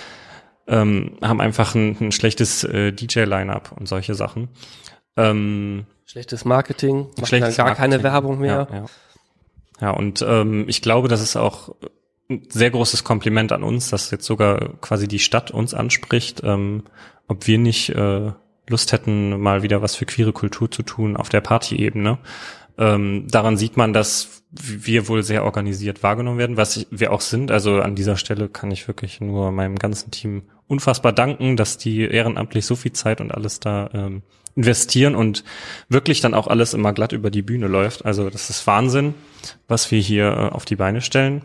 haben einfach ein schlechtes DJ-Line-Up und solche Sachen. Schlechtes Marketing, machen Schlechtes dann gar Marketing. keine Werbung mehr. Ja, und ich glaube, das ist auch ein sehr großes Kompliment an uns, dass jetzt sogar quasi die Stadt uns anspricht, ob wir nicht Lust hätten, mal wieder was für queere Kultur zu tun auf der Partyebene. Daran sieht man, dass wir wohl sehr organisiert wahrgenommen werden, was wir auch sind. Also an dieser Stelle kann ich wirklich nur meinem ganzen Team unfassbar danken, dass die ehrenamtlich so viel Zeit und alles da investieren und wirklich dann auch alles immer glatt über die Bühne läuft. Also das ist Wahnsinn, was wir hier auf die Beine stellen.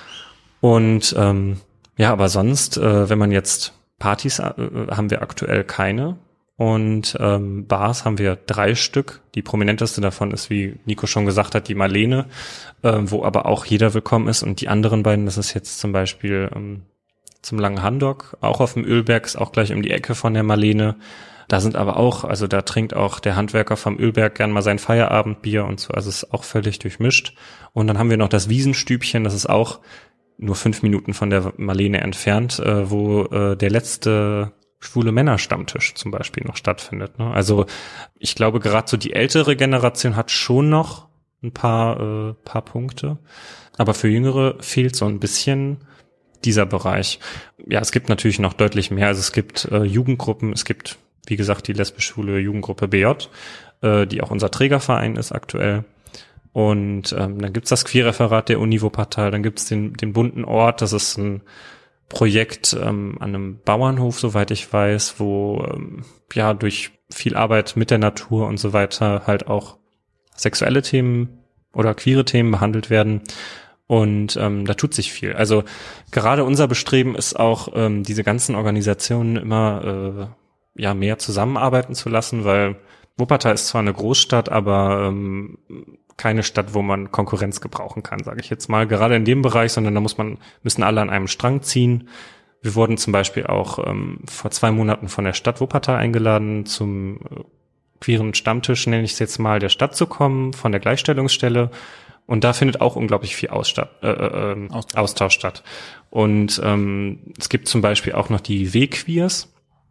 Und ja, aber sonst, wenn man jetzt Partys haben wir aktuell keine. Und Bars haben wir 3 Stück. Die prominenteste davon ist, wie Nico schon gesagt hat, die Marlene, wo aber auch jeder willkommen ist. Und die anderen beiden, das ist jetzt zum Beispiel zum Langen Handok, auch auf dem Ölberg, ist auch gleich um die Ecke von der Marlene. Da sind aber auch, also da trinkt auch der Handwerker vom Ölberg gern mal sein Feierabendbier und so. Also es ist auch völlig durchmischt. Und dann haben wir noch das Wiesenstübchen, das ist auch nur 5 Minuten von der Marlene entfernt, wo der letzte schwule Männerstammtisch zum Beispiel noch stattfindet. Ne? Also ich glaube, gerade so die ältere Generation hat schon noch ein paar Punkte, aber für Jüngere fehlt so ein bisschen dieser Bereich. Ja, es gibt natürlich noch deutlich mehr. Also es gibt Jugendgruppen, es gibt, wie gesagt, die lesbische Schule Jugendgruppe BJ, die auch unser Trägerverein ist aktuell. Und dann gibt's das Queerreferat der Uni Wuppertal, dann gibt's den bunten Ort, das ist ein Projekt an einem Bauernhof, soweit ich weiß, wo ja durch viel Arbeit mit der Natur und so weiter halt auch sexuelle Themen oder queere Themen behandelt werden. Und da tut sich viel. Also gerade unser Bestreben ist auch, diese ganzen Organisationen immer ja mehr zusammenarbeiten zu lassen, weil Wuppertal ist zwar eine Großstadt, aber keine Stadt, wo man Konkurrenz gebrauchen kann, sage ich jetzt mal. Gerade in dem Bereich, sondern da müssen alle an einem Strang ziehen. Wir wurden zum Beispiel auch vor 2 Monaten von der Stadt Wuppertal eingeladen, zum queeren Stammtisch, nenne ich es jetzt mal, der Stadt zu kommen, von der Gleichstellungsstelle. Und da findet auch unglaublich viel Austausch statt. Und es gibt zum Beispiel auch noch die W-Queers.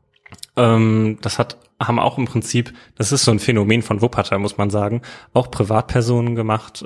Haben auch im Prinzip, das ist so ein Phänomen von Wuppertal, muss man sagen, auch Privatpersonen gemacht,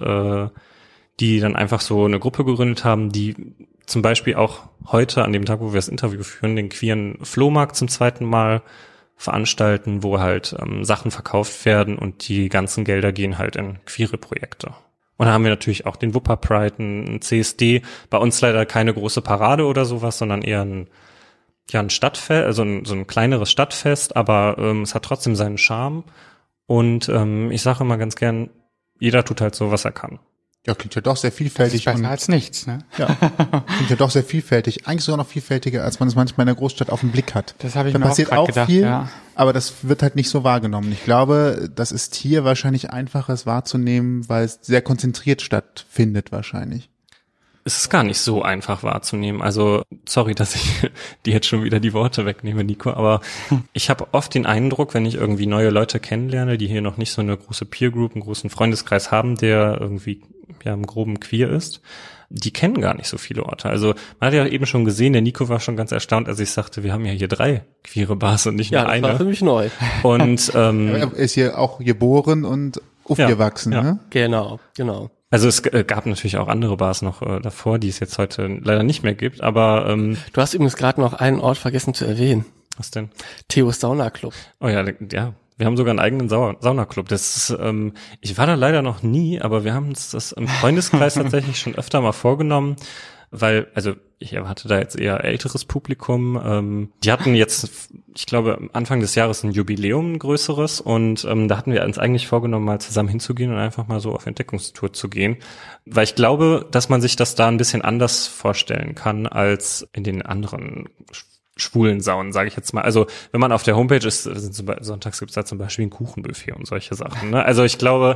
die dann einfach so eine Gruppe gegründet haben, die zum Beispiel auch heute, an dem Tag, wo wir das Interview führen, den queeren Flohmarkt zum 2. Mal veranstalten, wo halt Sachen verkauft werden und die ganzen Gelder gehen halt in queere Projekte. Und da haben wir natürlich auch den Wupper Pride, ein CSD, bei uns leider keine große Parade oder sowas, sondern eher ein Stadtfest, also so ein kleineres Stadtfest, aber es hat trotzdem seinen Charme. Und ich sage immer ganz gern, jeder tut halt so, was er kann. Ja, klingt ja doch sehr vielfältig. Das ist besser als nichts, ne? Ja, klingt ja doch sehr vielfältig. Eigentlich sogar noch vielfältiger, als man es manchmal in der Großstadt auf den Blick hat. Das habe ich da mir passiert auch auch gedacht, viel, ja. aber das wird halt nicht so wahrgenommen. Ich glaube, das ist hier wahrscheinlich einfacher, es wahrzunehmen, weil es sehr konzentriert stattfindet wahrscheinlich. Es ist gar nicht so einfach wahrzunehmen. Also, sorry, dass ich dir jetzt schon wieder die Worte wegnehme, Nico, aber ich habe oft den Eindruck, wenn ich irgendwie neue Leute kennenlerne, die hier noch nicht so eine große Peer Group, einen großen Freundeskreis haben, der irgendwie ja im Groben queer ist, die kennen gar nicht so viele Orte. Also man hat ja eben schon gesehen, der Nico war schon ganz erstaunt, als ich sagte, wir haben ja hier 3 queere Bars und nicht nur eine. Ja, das war für mich neu. Und Er ist hier auch geboren und aufgewachsen, ja. ne? Genau. Also es gab natürlich auch andere Bars noch davor, die es jetzt heute leider nicht mehr gibt, aber Du hast übrigens gerade noch einen Ort vergessen zu erwähnen. was denn? Theos Sauna Club. Oh ja, wir haben sogar einen eigenen Saunaclub. Das ist, ich war da leider noch nie, aber wir haben uns das im Freundeskreis tatsächlich schon öfter mal vorgenommen, weil, also ich erwarte da jetzt eher älteres Publikum. Die hatten jetzt, ich glaube, Anfang des Jahres ein Jubiläum, ein größeres, und da hatten wir uns eigentlich vorgenommen, mal zusammen hinzugehen und einfach mal so auf Entdeckungstour zu gehen. Weil ich glaube, dass man sich das da ein bisschen anders vorstellen kann als in den anderen schwulen Saunen, sage ich jetzt mal. Also wenn man auf der Homepage ist, sonntags gibt's da zum Beispiel ein Kuchenbuffet und solche Sachen. Ne? Also ich glaube,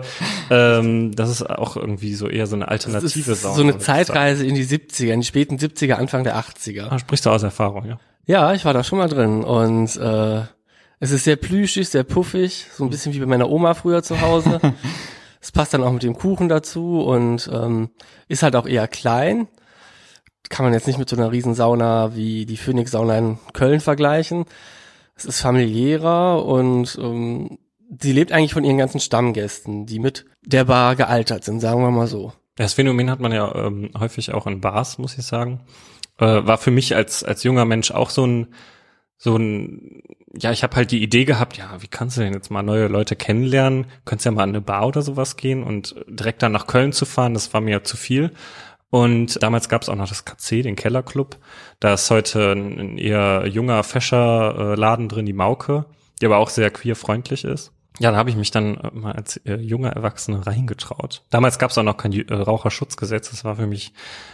das ist auch irgendwie so eher so eine alternative Das ist Sauna. so eine Zeitreise in die 70er, in die späten 70er, Anfang der 80er. Ah, sprichst du aus Erfahrung, ja? Ja, ich war da schon mal drin und es ist sehr plüschig, sehr puffig, so ein bisschen wie bei meiner Oma früher zu Hause. Es passt dann auch mit dem Kuchen dazu und ist halt auch eher klein. Kann man jetzt nicht mit so einer Riesensauna wie die Phoenix-Sauna in Köln vergleichen. Es ist familiärer und sie lebt eigentlich von ihren ganzen Stammgästen, die mit der Bar gealtert sind, sagen wir mal so. Das Phänomen hat man ja häufig auch in Bars, muss ich sagen. War für mich als junger Mensch auch so ein, ja, ich habe halt die Idee gehabt, ja, wie kannst du denn jetzt mal neue Leute kennenlernen? Könntest ja mal an eine Bar oder sowas gehen, und direkt dann nach Köln zu fahren, das war mir ja zu viel. Und damals gab es auch noch das KC, den Kellerclub. Da ist heute ein eher junger, fescher Laden drin, die Mauke, die aber auch sehr queer-freundlich ist. Ja, da habe ich mich dann mal als junger Erwachsener reingetraut. Damals gab es auch noch kein Raucherschutzgesetz, das war für mich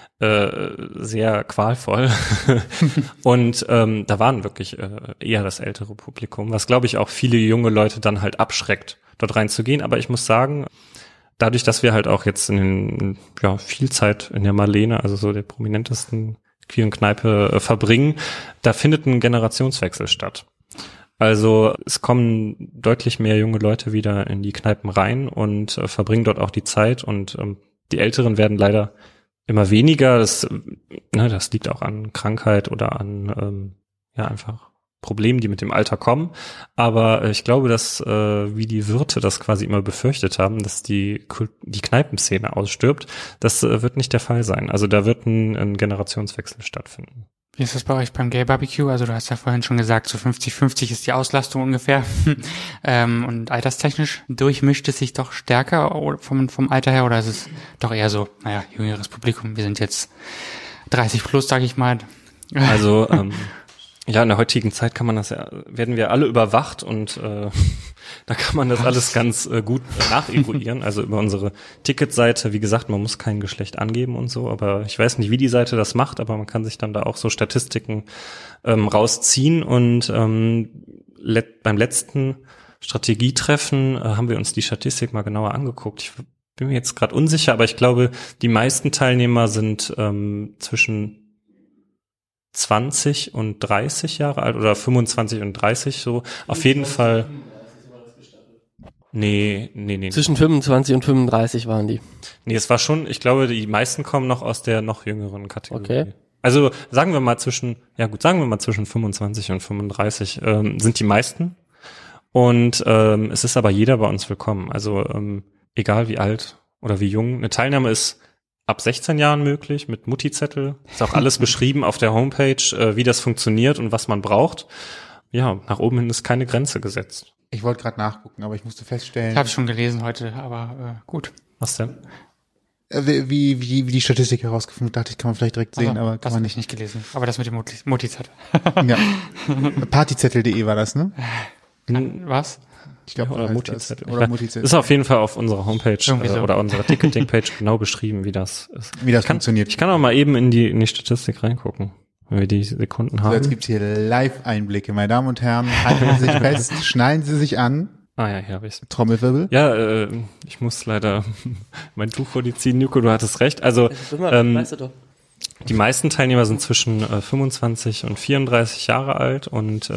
sehr qualvoll. Und da waren wirklich eher das ältere Publikum, was, glaube ich, auch viele junge Leute dann halt abschreckt, dort reinzugehen. Aber ich muss sagen, dadurch, dass wir halt auch jetzt viel Zeit in der Marlene, also so der prominentesten queeren Kneipe, verbringen, da findet ein Generationswechsel statt. Also es kommen deutlich mehr junge Leute wieder in die Kneipen rein und verbringen dort auch die Zeit, und die Älteren werden leider immer weniger. Das liegt auch an Krankheit oder an einfach Problemen, die mit dem Alter kommen. Aber ich glaube, dass wie die Wirte das quasi immer befürchtet haben, dass die Kneipenszene ausstirbt, das wird nicht der Fall sein. Also da wird ein Generationswechsel stattfinden. Wie ist das bei euch beim Gay Barbecue? Also du hast ja vorhin schon gesagt, so 50-50 ist die Auslastung ungefähr. Und alterstechnisch durchmischt es sich doch stärker vom Alter her, oder ist es doch eher so, naja, jüngeres Publikum, wir sind jetzt 30 plus, sag ich mal. Also ja, in der heutigen Zeit kann man das ja, werden wir alle überwacht und da kann man das alles ganz gut nachevaluieren. Also über unsere Ticketseite, wie gesagt, man muss kein Geschlecht angeben und so, aber ich weiß nicht, wie die Seite das macht, aber man kann sich dann da auch so Statistiken rausziehen und beim letzten Strategietreffen haben wir uns die Statistik mal genauer angeguckt. Ich bin mir jetzt gerade unsicher, aber ich glaube, die meisten Teilnehmer sind zwischen 20 und 30 Jahre alt oder 25 und 30 so. Auf jeden Fall. Nee. Zwischen 25 und 35 waren die. Nee, es war schon, ich glaube, die meisten kommen noch aus der noch jüngeren Kategorie. Okay. Also sagen wir mal zwischen 25 und 35 sind die meisten. Und es ist aber jeder bei uns willkommen. Also egal wie alt oder wie jung. Eine Teilnahme ist ab 16 Jahren möglich, mit Mutti-Zettel. Ist auch alles beschrieben auf der Homepage, wie das funktioniert und was man braucht. Ja, nach oben hin ist keine Grenze gesetzt. Ich wollte gerade nachgucken, aber ich musste feststellen. Ich habe schon gelesen heute, aber gut. Was denn? Wie die Statistik herausgefunden, dachte ich, kann man vielleicht direkt sehen, aber kann das man habe ich nicht gelesen. Aber das mit dem Mutti-Zettel. Ja. Partyzettel.de war das, ne? Was? Ich glaube, Oder heißt Mutti-Zettel. das. Oder Mutti-Zettel. Ist auf jeden Fall auf unserer Homepage so. Oder unserer Ticketing-Page genau beschrieben, wie das ist. Wie das funktioniert. Ich kann auch mal eben in die Statistik reingucken, wenn wir die Sekunden So, haben. jetzt gibt's hier Live-Einblicke. Meine Damen und Herren, halten Sie sich fest, schnallen Sie sich an. Ah ja, hier habe ich's. Trommelwirbel. Ja, ich muss leider mein Tuch vor die ziehen. Nico, du hattest recht. Also Weißt du doch. die meisten Teilnehmer sind zwischen 25 und 34 Jahre alt und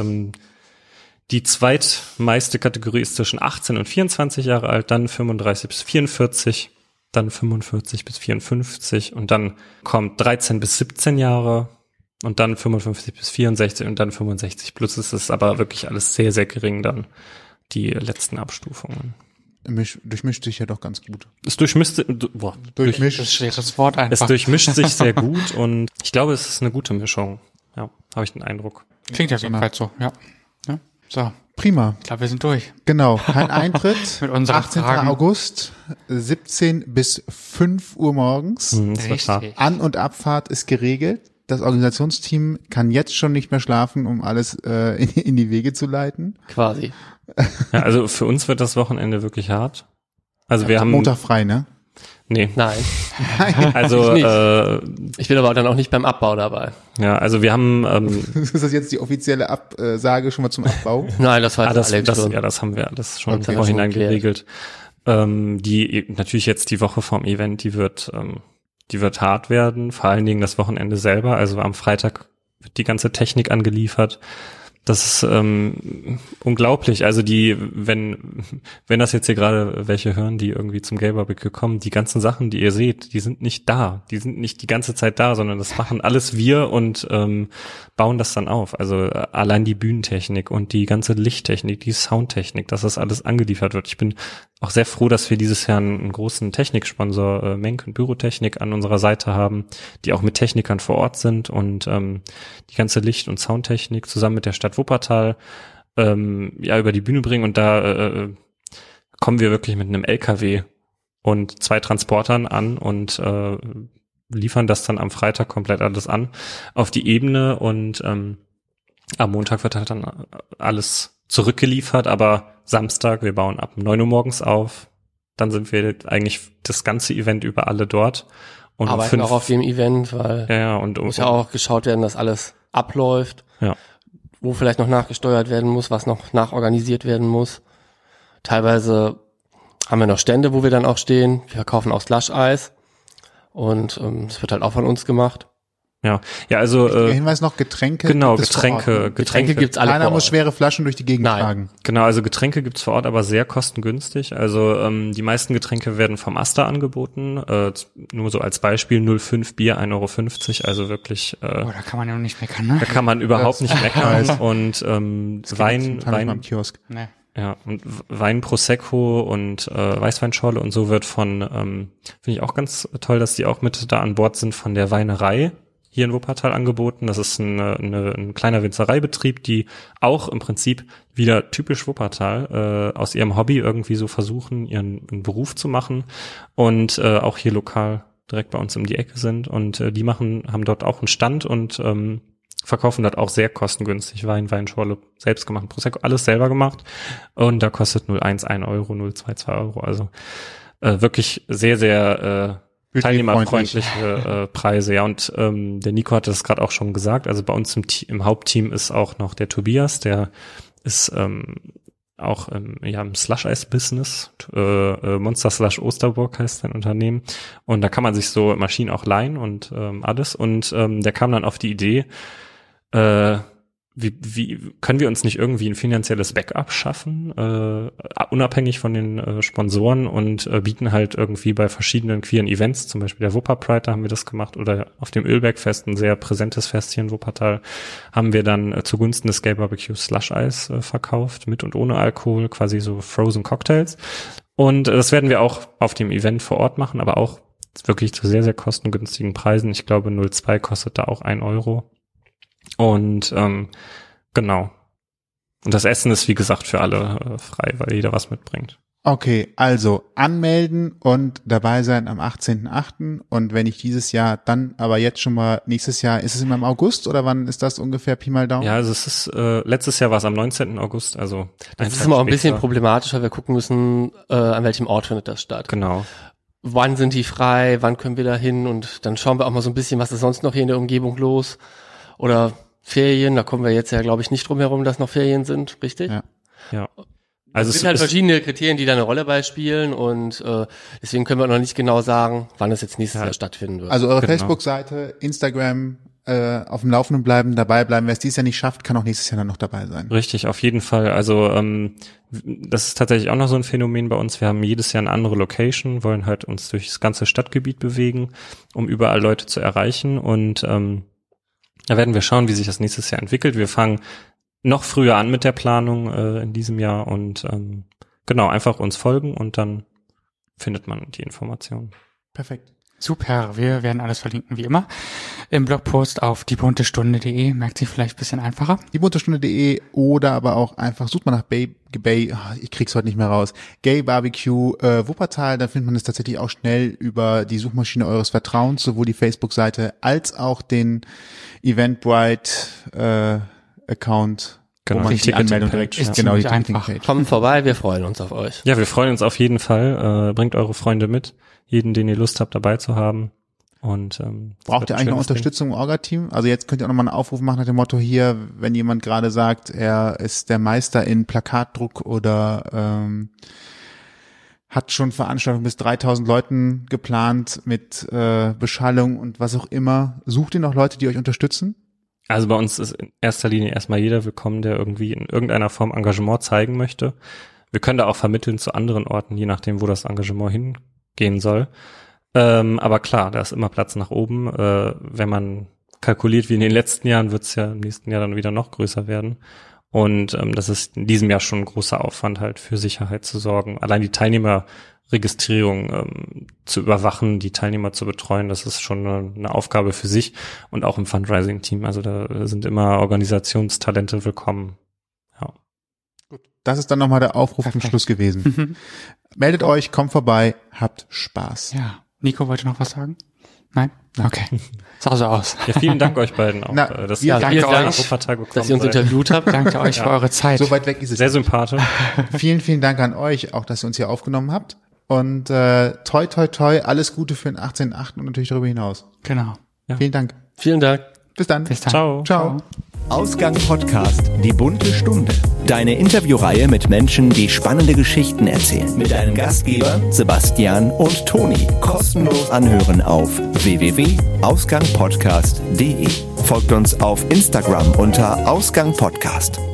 die zweitmeiste Kategorie ist zwischen 18 und 24 Jahre alt, dann 35 bis 44, dann 45 bis 54 und dann kommt 13 bis 17 Jahre und dann 55 bis 64 und dann 65 plus. Es ist aber wirklich alles sehr, sehr gering dann, die letzten Abstufungen. Durchmischt sich ja doch ganz gut. Es durchmischt Schweres Wort einfach. Es durchmischt sich sehr gut und ich glaube, es ist eine gute Mischung. Ja, habe ich den Eindruck. Klingt ja jedenfalls so, ja. So, Prima. ich glaube, wir sind durch. Genau. Kein Eintritt. Mit unseren 18. Fragen. August, 17 bis 5 Uhr morgens. Das wird klar. An- und Abfahrt ist geregelt. Das Organisationsteam kann jetzt schon nicht mehr schlafen, um alles in die Wege zu leiten. Quasi. Ja, also für uns wird das Wochenende wirklich hart. Also wir haben Montag frei, ne? Nee. Nein. Also Ich ich bin aber dann auch nicht beim Abbau dabei. ja, also wir haben Ist das jetzt die offizielle Absage schon mal zum Abbau? Nein, das war das Alex schon. haben wir alles schon Okay. im Vorhinein Schon geklärt. geregelt. Die natürlich jetzt die Woche vorm Event, die wird hart werden, vor allen Dingen das Wochenende selber. Also am Freitag wird die ganze Technik angeliefert. Das ist unglaublich. Also wenn das jetzt hier gerade welche hören, die irgendwie zum Gay Barbecue kommen, die ganzen Sachen, die ihr seht, die sind nicht da. Die sind nicht die ganze Zeit da, sondern das machen alles wir und bauen das dann auf. Also allein die Bühnentechnik und die ganze Lichttechnik, die Soundtechnik, dass das alles angeliefert wird. Ich bin auch sehr froh, dass wir dieses Jahr einen großen Techniksponsor, Menk und Bürotechnik, an unserer Seite haben, die auch mit Technikern vor Ort sind und die ganze Licht- und Soundtechnik zusammen mit der Stadt Wuppertal über die Bühne bringen. Und da kommen wir wirklich mit einem LKW und 2 Transportern an und liefern das dann am Freitag komplett alles an auf die Ebene und am Montag wird halt dann alles zurückgeliefert, aber Samstag, wir bauen ab 9 Uhr morgens auf, dann sind wir eigentlich das ganze Event über alle dort. Und Arbeiten auch auf dem Event, weil und muss ja auch geschaut werden, dass alles abläuft, ja. wo vielleicht noch nachgesteuert werden muss, was noch nachorganisiert werden muss. Teilweise haben wir noch Stände, wo wir dann auch stehen. Wir verkaufen auch Slush-Eis und das wird halt auch von uns gemacht. Ja, also Der Hinweis noch, Getränke. genau, gibt es vor Ort, ne? Getränke gibt's alle Keiner vor muss Ort. schwere Flaschen durch die Gegend Nein. tragen. Genau, also Getränke gibt's vor Ort, aber sehr kostengünstig. Also die meisten Getränke werden vom Asta angeboten. Nur so als Beispiel 0,5 Bier, 1,50 €, also wirklich da kann man ja noch nicht meckern, ne? da kann man überhaupt nicht meckern. Und Wein Wein, im Kiosk. Nee. ja, und Wein Prosecco und Weißweinschorle und so wird von, finde ich auch ganz toll, dass die auch mit da an Bord sind, von der Weinerei hier in Wuppertal angeboten. Das ist ein kleiner Winzereibetrieb, die auch im Prinzip wieder typisch Wuppertal aus ihrem Hobby irgendwie so versuchen, ihren Beruf zu machen und auch hier lokal direkt bei uns um die Ecke sind. Und die haben dort auch einen Stand und verkaufen dort auch sehr kostengünstig Wein, Weinschorle, selbstgemacht, Prosecco, alles selber gemacht. Und da kostet 0,1 1 €, 0,2 2 €. Also wirklich sehr, sehr teilnehmerfreundliche Preise. Ja, und der Nico hatte das gerade auch schon gesagt. Also bei uns im Hauptteam ist auch noch der Tobias, der ist auch im Slush-Eis-Business. Monster Slush Osterburg heißt sein Unternehmen. Und da kann man sich so Maschinen auch leihen und alles. Und der kam dann auf die Idee, wie können wir uns nicht irgendwie ein finanzielles Backup schaffen, unabhängig von den Sponsoren und bieten halt irgendwie bei verschiedenen queeren Events, zum Beispiel der Wupper Pride, da haben wir das gemacht, oder auf dem Ölbergfest, ein sehr präsentes Fest hier in Wuppertal, haben wir dann zugunsten des Gay Barbecue Slush Eis verkauft, mit und ohne Alkohol, quasi so Frozen Cocktails. Und das werden wir auch auf dem Event vor Ort machen, aber auch wirklich zu sehr, sehr kostengünstigen Preisen. Ich glaube 0,2 kostet da auch 1 €. Und genau. Und das Essen ist, wie gesagt, für alle frei, weil jeder was mitbringt. Okay, also anmelden und dabei sein am 18.8. Und wenn nicht dieses Jahr, dann aber jetzt schon mal nächstes Jahr. Ist es immer im August oder wann ist das ungefähr, Pi mal Daumen? Ja, also es ist, letztes Jahr war es am 19. August, also Das ist immer auch ein bisschen problematischer. Wir gucken müssen, an welchem Ort findet das statt. Genau. Wann sind die frei? Wann können wir da hin? Und dann schauen wir auch mal so ein bisschen, was ist sonst noch hier in der Umgebung los? Oder Ferien, da kommen wir jetzt ja, glaube ich, nicht drum herum, dass noch Ferien sind, richtig? Ja. Also es sind halt verschiedene Kriterien, die da eine Rolle beispielen und deswegen können wir noch nicht genau sagen, wann es jetzt nächstes Jahr stattfinden wird. Also eure Genau. Facebook-Seite, Instagram, auf dem Laufenden bleiben, dabei bleiben. Wer es dieses Jahr nicht schafft, kann auch nächstes Jahr dann noch dabei sein. Richtig, auf jeden Fall. Also das ist tatsächlich auch noch so ein Phänomen bei uns. Wir haben jedes Jahr eine andere Location, wollen halt uns durch das ganze Stadtgebiet bewegen, um überall Leute zu erreichen. Und da werden wir schauen, wie sich das nächstes Jahr entwickelt. Wir fangen noch früher an mit der Planung in diesem Jahr und genau, einfach uns folgen und dann findet man die Informationen. Perfekt. Super, wir werden alles verlinken, wie immer. Im Blogpost auf diebuntestunde.de, merkt sich vielleicht ein bisschen einfacher. Diebuntestunde.de oder aber auch einfach, sucht mal nach ich krieg's heute nicht mehr raus, Gay Barbecue Wuppertal, da findet man es tatsächlich auch schnell über die Suchmaschine eures Vertrauens, sowohl die Facebook-Seite als auch den Eventbrite Account, Genau, wo man die Ticketing Anmeldung Page, direkt, ja. genau, die Ziemlich Ticketing einfach. Page. Kommt vorbei, wir freuen uns auf euch. Ja, wir freuen uns auf jeden Fall. Bringt eure Freunde mit, jeden, den ihr Lust habt, dabei zu haben. Und braucht ihr eigentlich noch Unterstützung im Orga-Team? Also jetzt könnt ihr auch nochmal einen Aufruf machen nach dem Motto hier, wenn jemand gerade sagt, er ist der Meister in Plakatdruck oder hat schon Veranstaltungen bis 3.000 Leuten geplant mit Beschallung und was auch immer. Sucht ihr noch Leute, die euch unterstützen? Also bei uns ist in erster Linie erstmal jeder willkommen, der irgendwie in irgendeiner Form Engagement zeigen möchte. Wir können da auch vermitteln zu anderen Orten, je nachdem, wo das Engagement hingehen soll. Aber klar, da ist immer Platz nach oben. Wenn man kalkuliert wie in den letzten Jahren, wird es ja im nächsten Jahr dann wieder noch größer werden. Und das ist in diesem Jahr schon ein großer Aufwand, halt für Sicherheit zu sorgen. Allein die Teilnehmerregistrierung zu überwachen, die Teilnehmer zu betreuen, das ist schon eine Aufgabe für sich und auch im Fundraising-Team. Also da sind immer Organisationstalente willkommen. Ja. Das ist dann nochmal der Aufruf zum Schluss gewesen. Meldet euch, kommt vorbei, habt Spaß. Ja. Nico wollte noch was sagen? Nein? Okay. Sah so aus. Ja, vielen Dank euch beiden auch, Na, dass ja, ihr danke nach euch, Wuppertal gekommen dass ihr uns seid. interviewt habt. Danke euch für eure Zeit. So weit weg ist es. Sehr sympathisch. Vielen, vielen Dank an euch, auch dass ihr uns hier aufgenommen habt. Und toi, toi, toi, alles Gute für den 18.8. und natürlich darüber hinaus. Genau. Ja. Vielen Dank. Vielen Dank. Bis dann. Bis dann. Ciao. Ciao. Ausgang Podcast, die bunte Stunde. Deine Interviewreihe mit Menschen, die spannende Geschichten erzählen. Mit deinen Gastgebern Sebastian und Toni. Kostenlos anhören auf www.ausgangpodcast.de. Folgt uns auf Instagram unter Ausgang Podcast.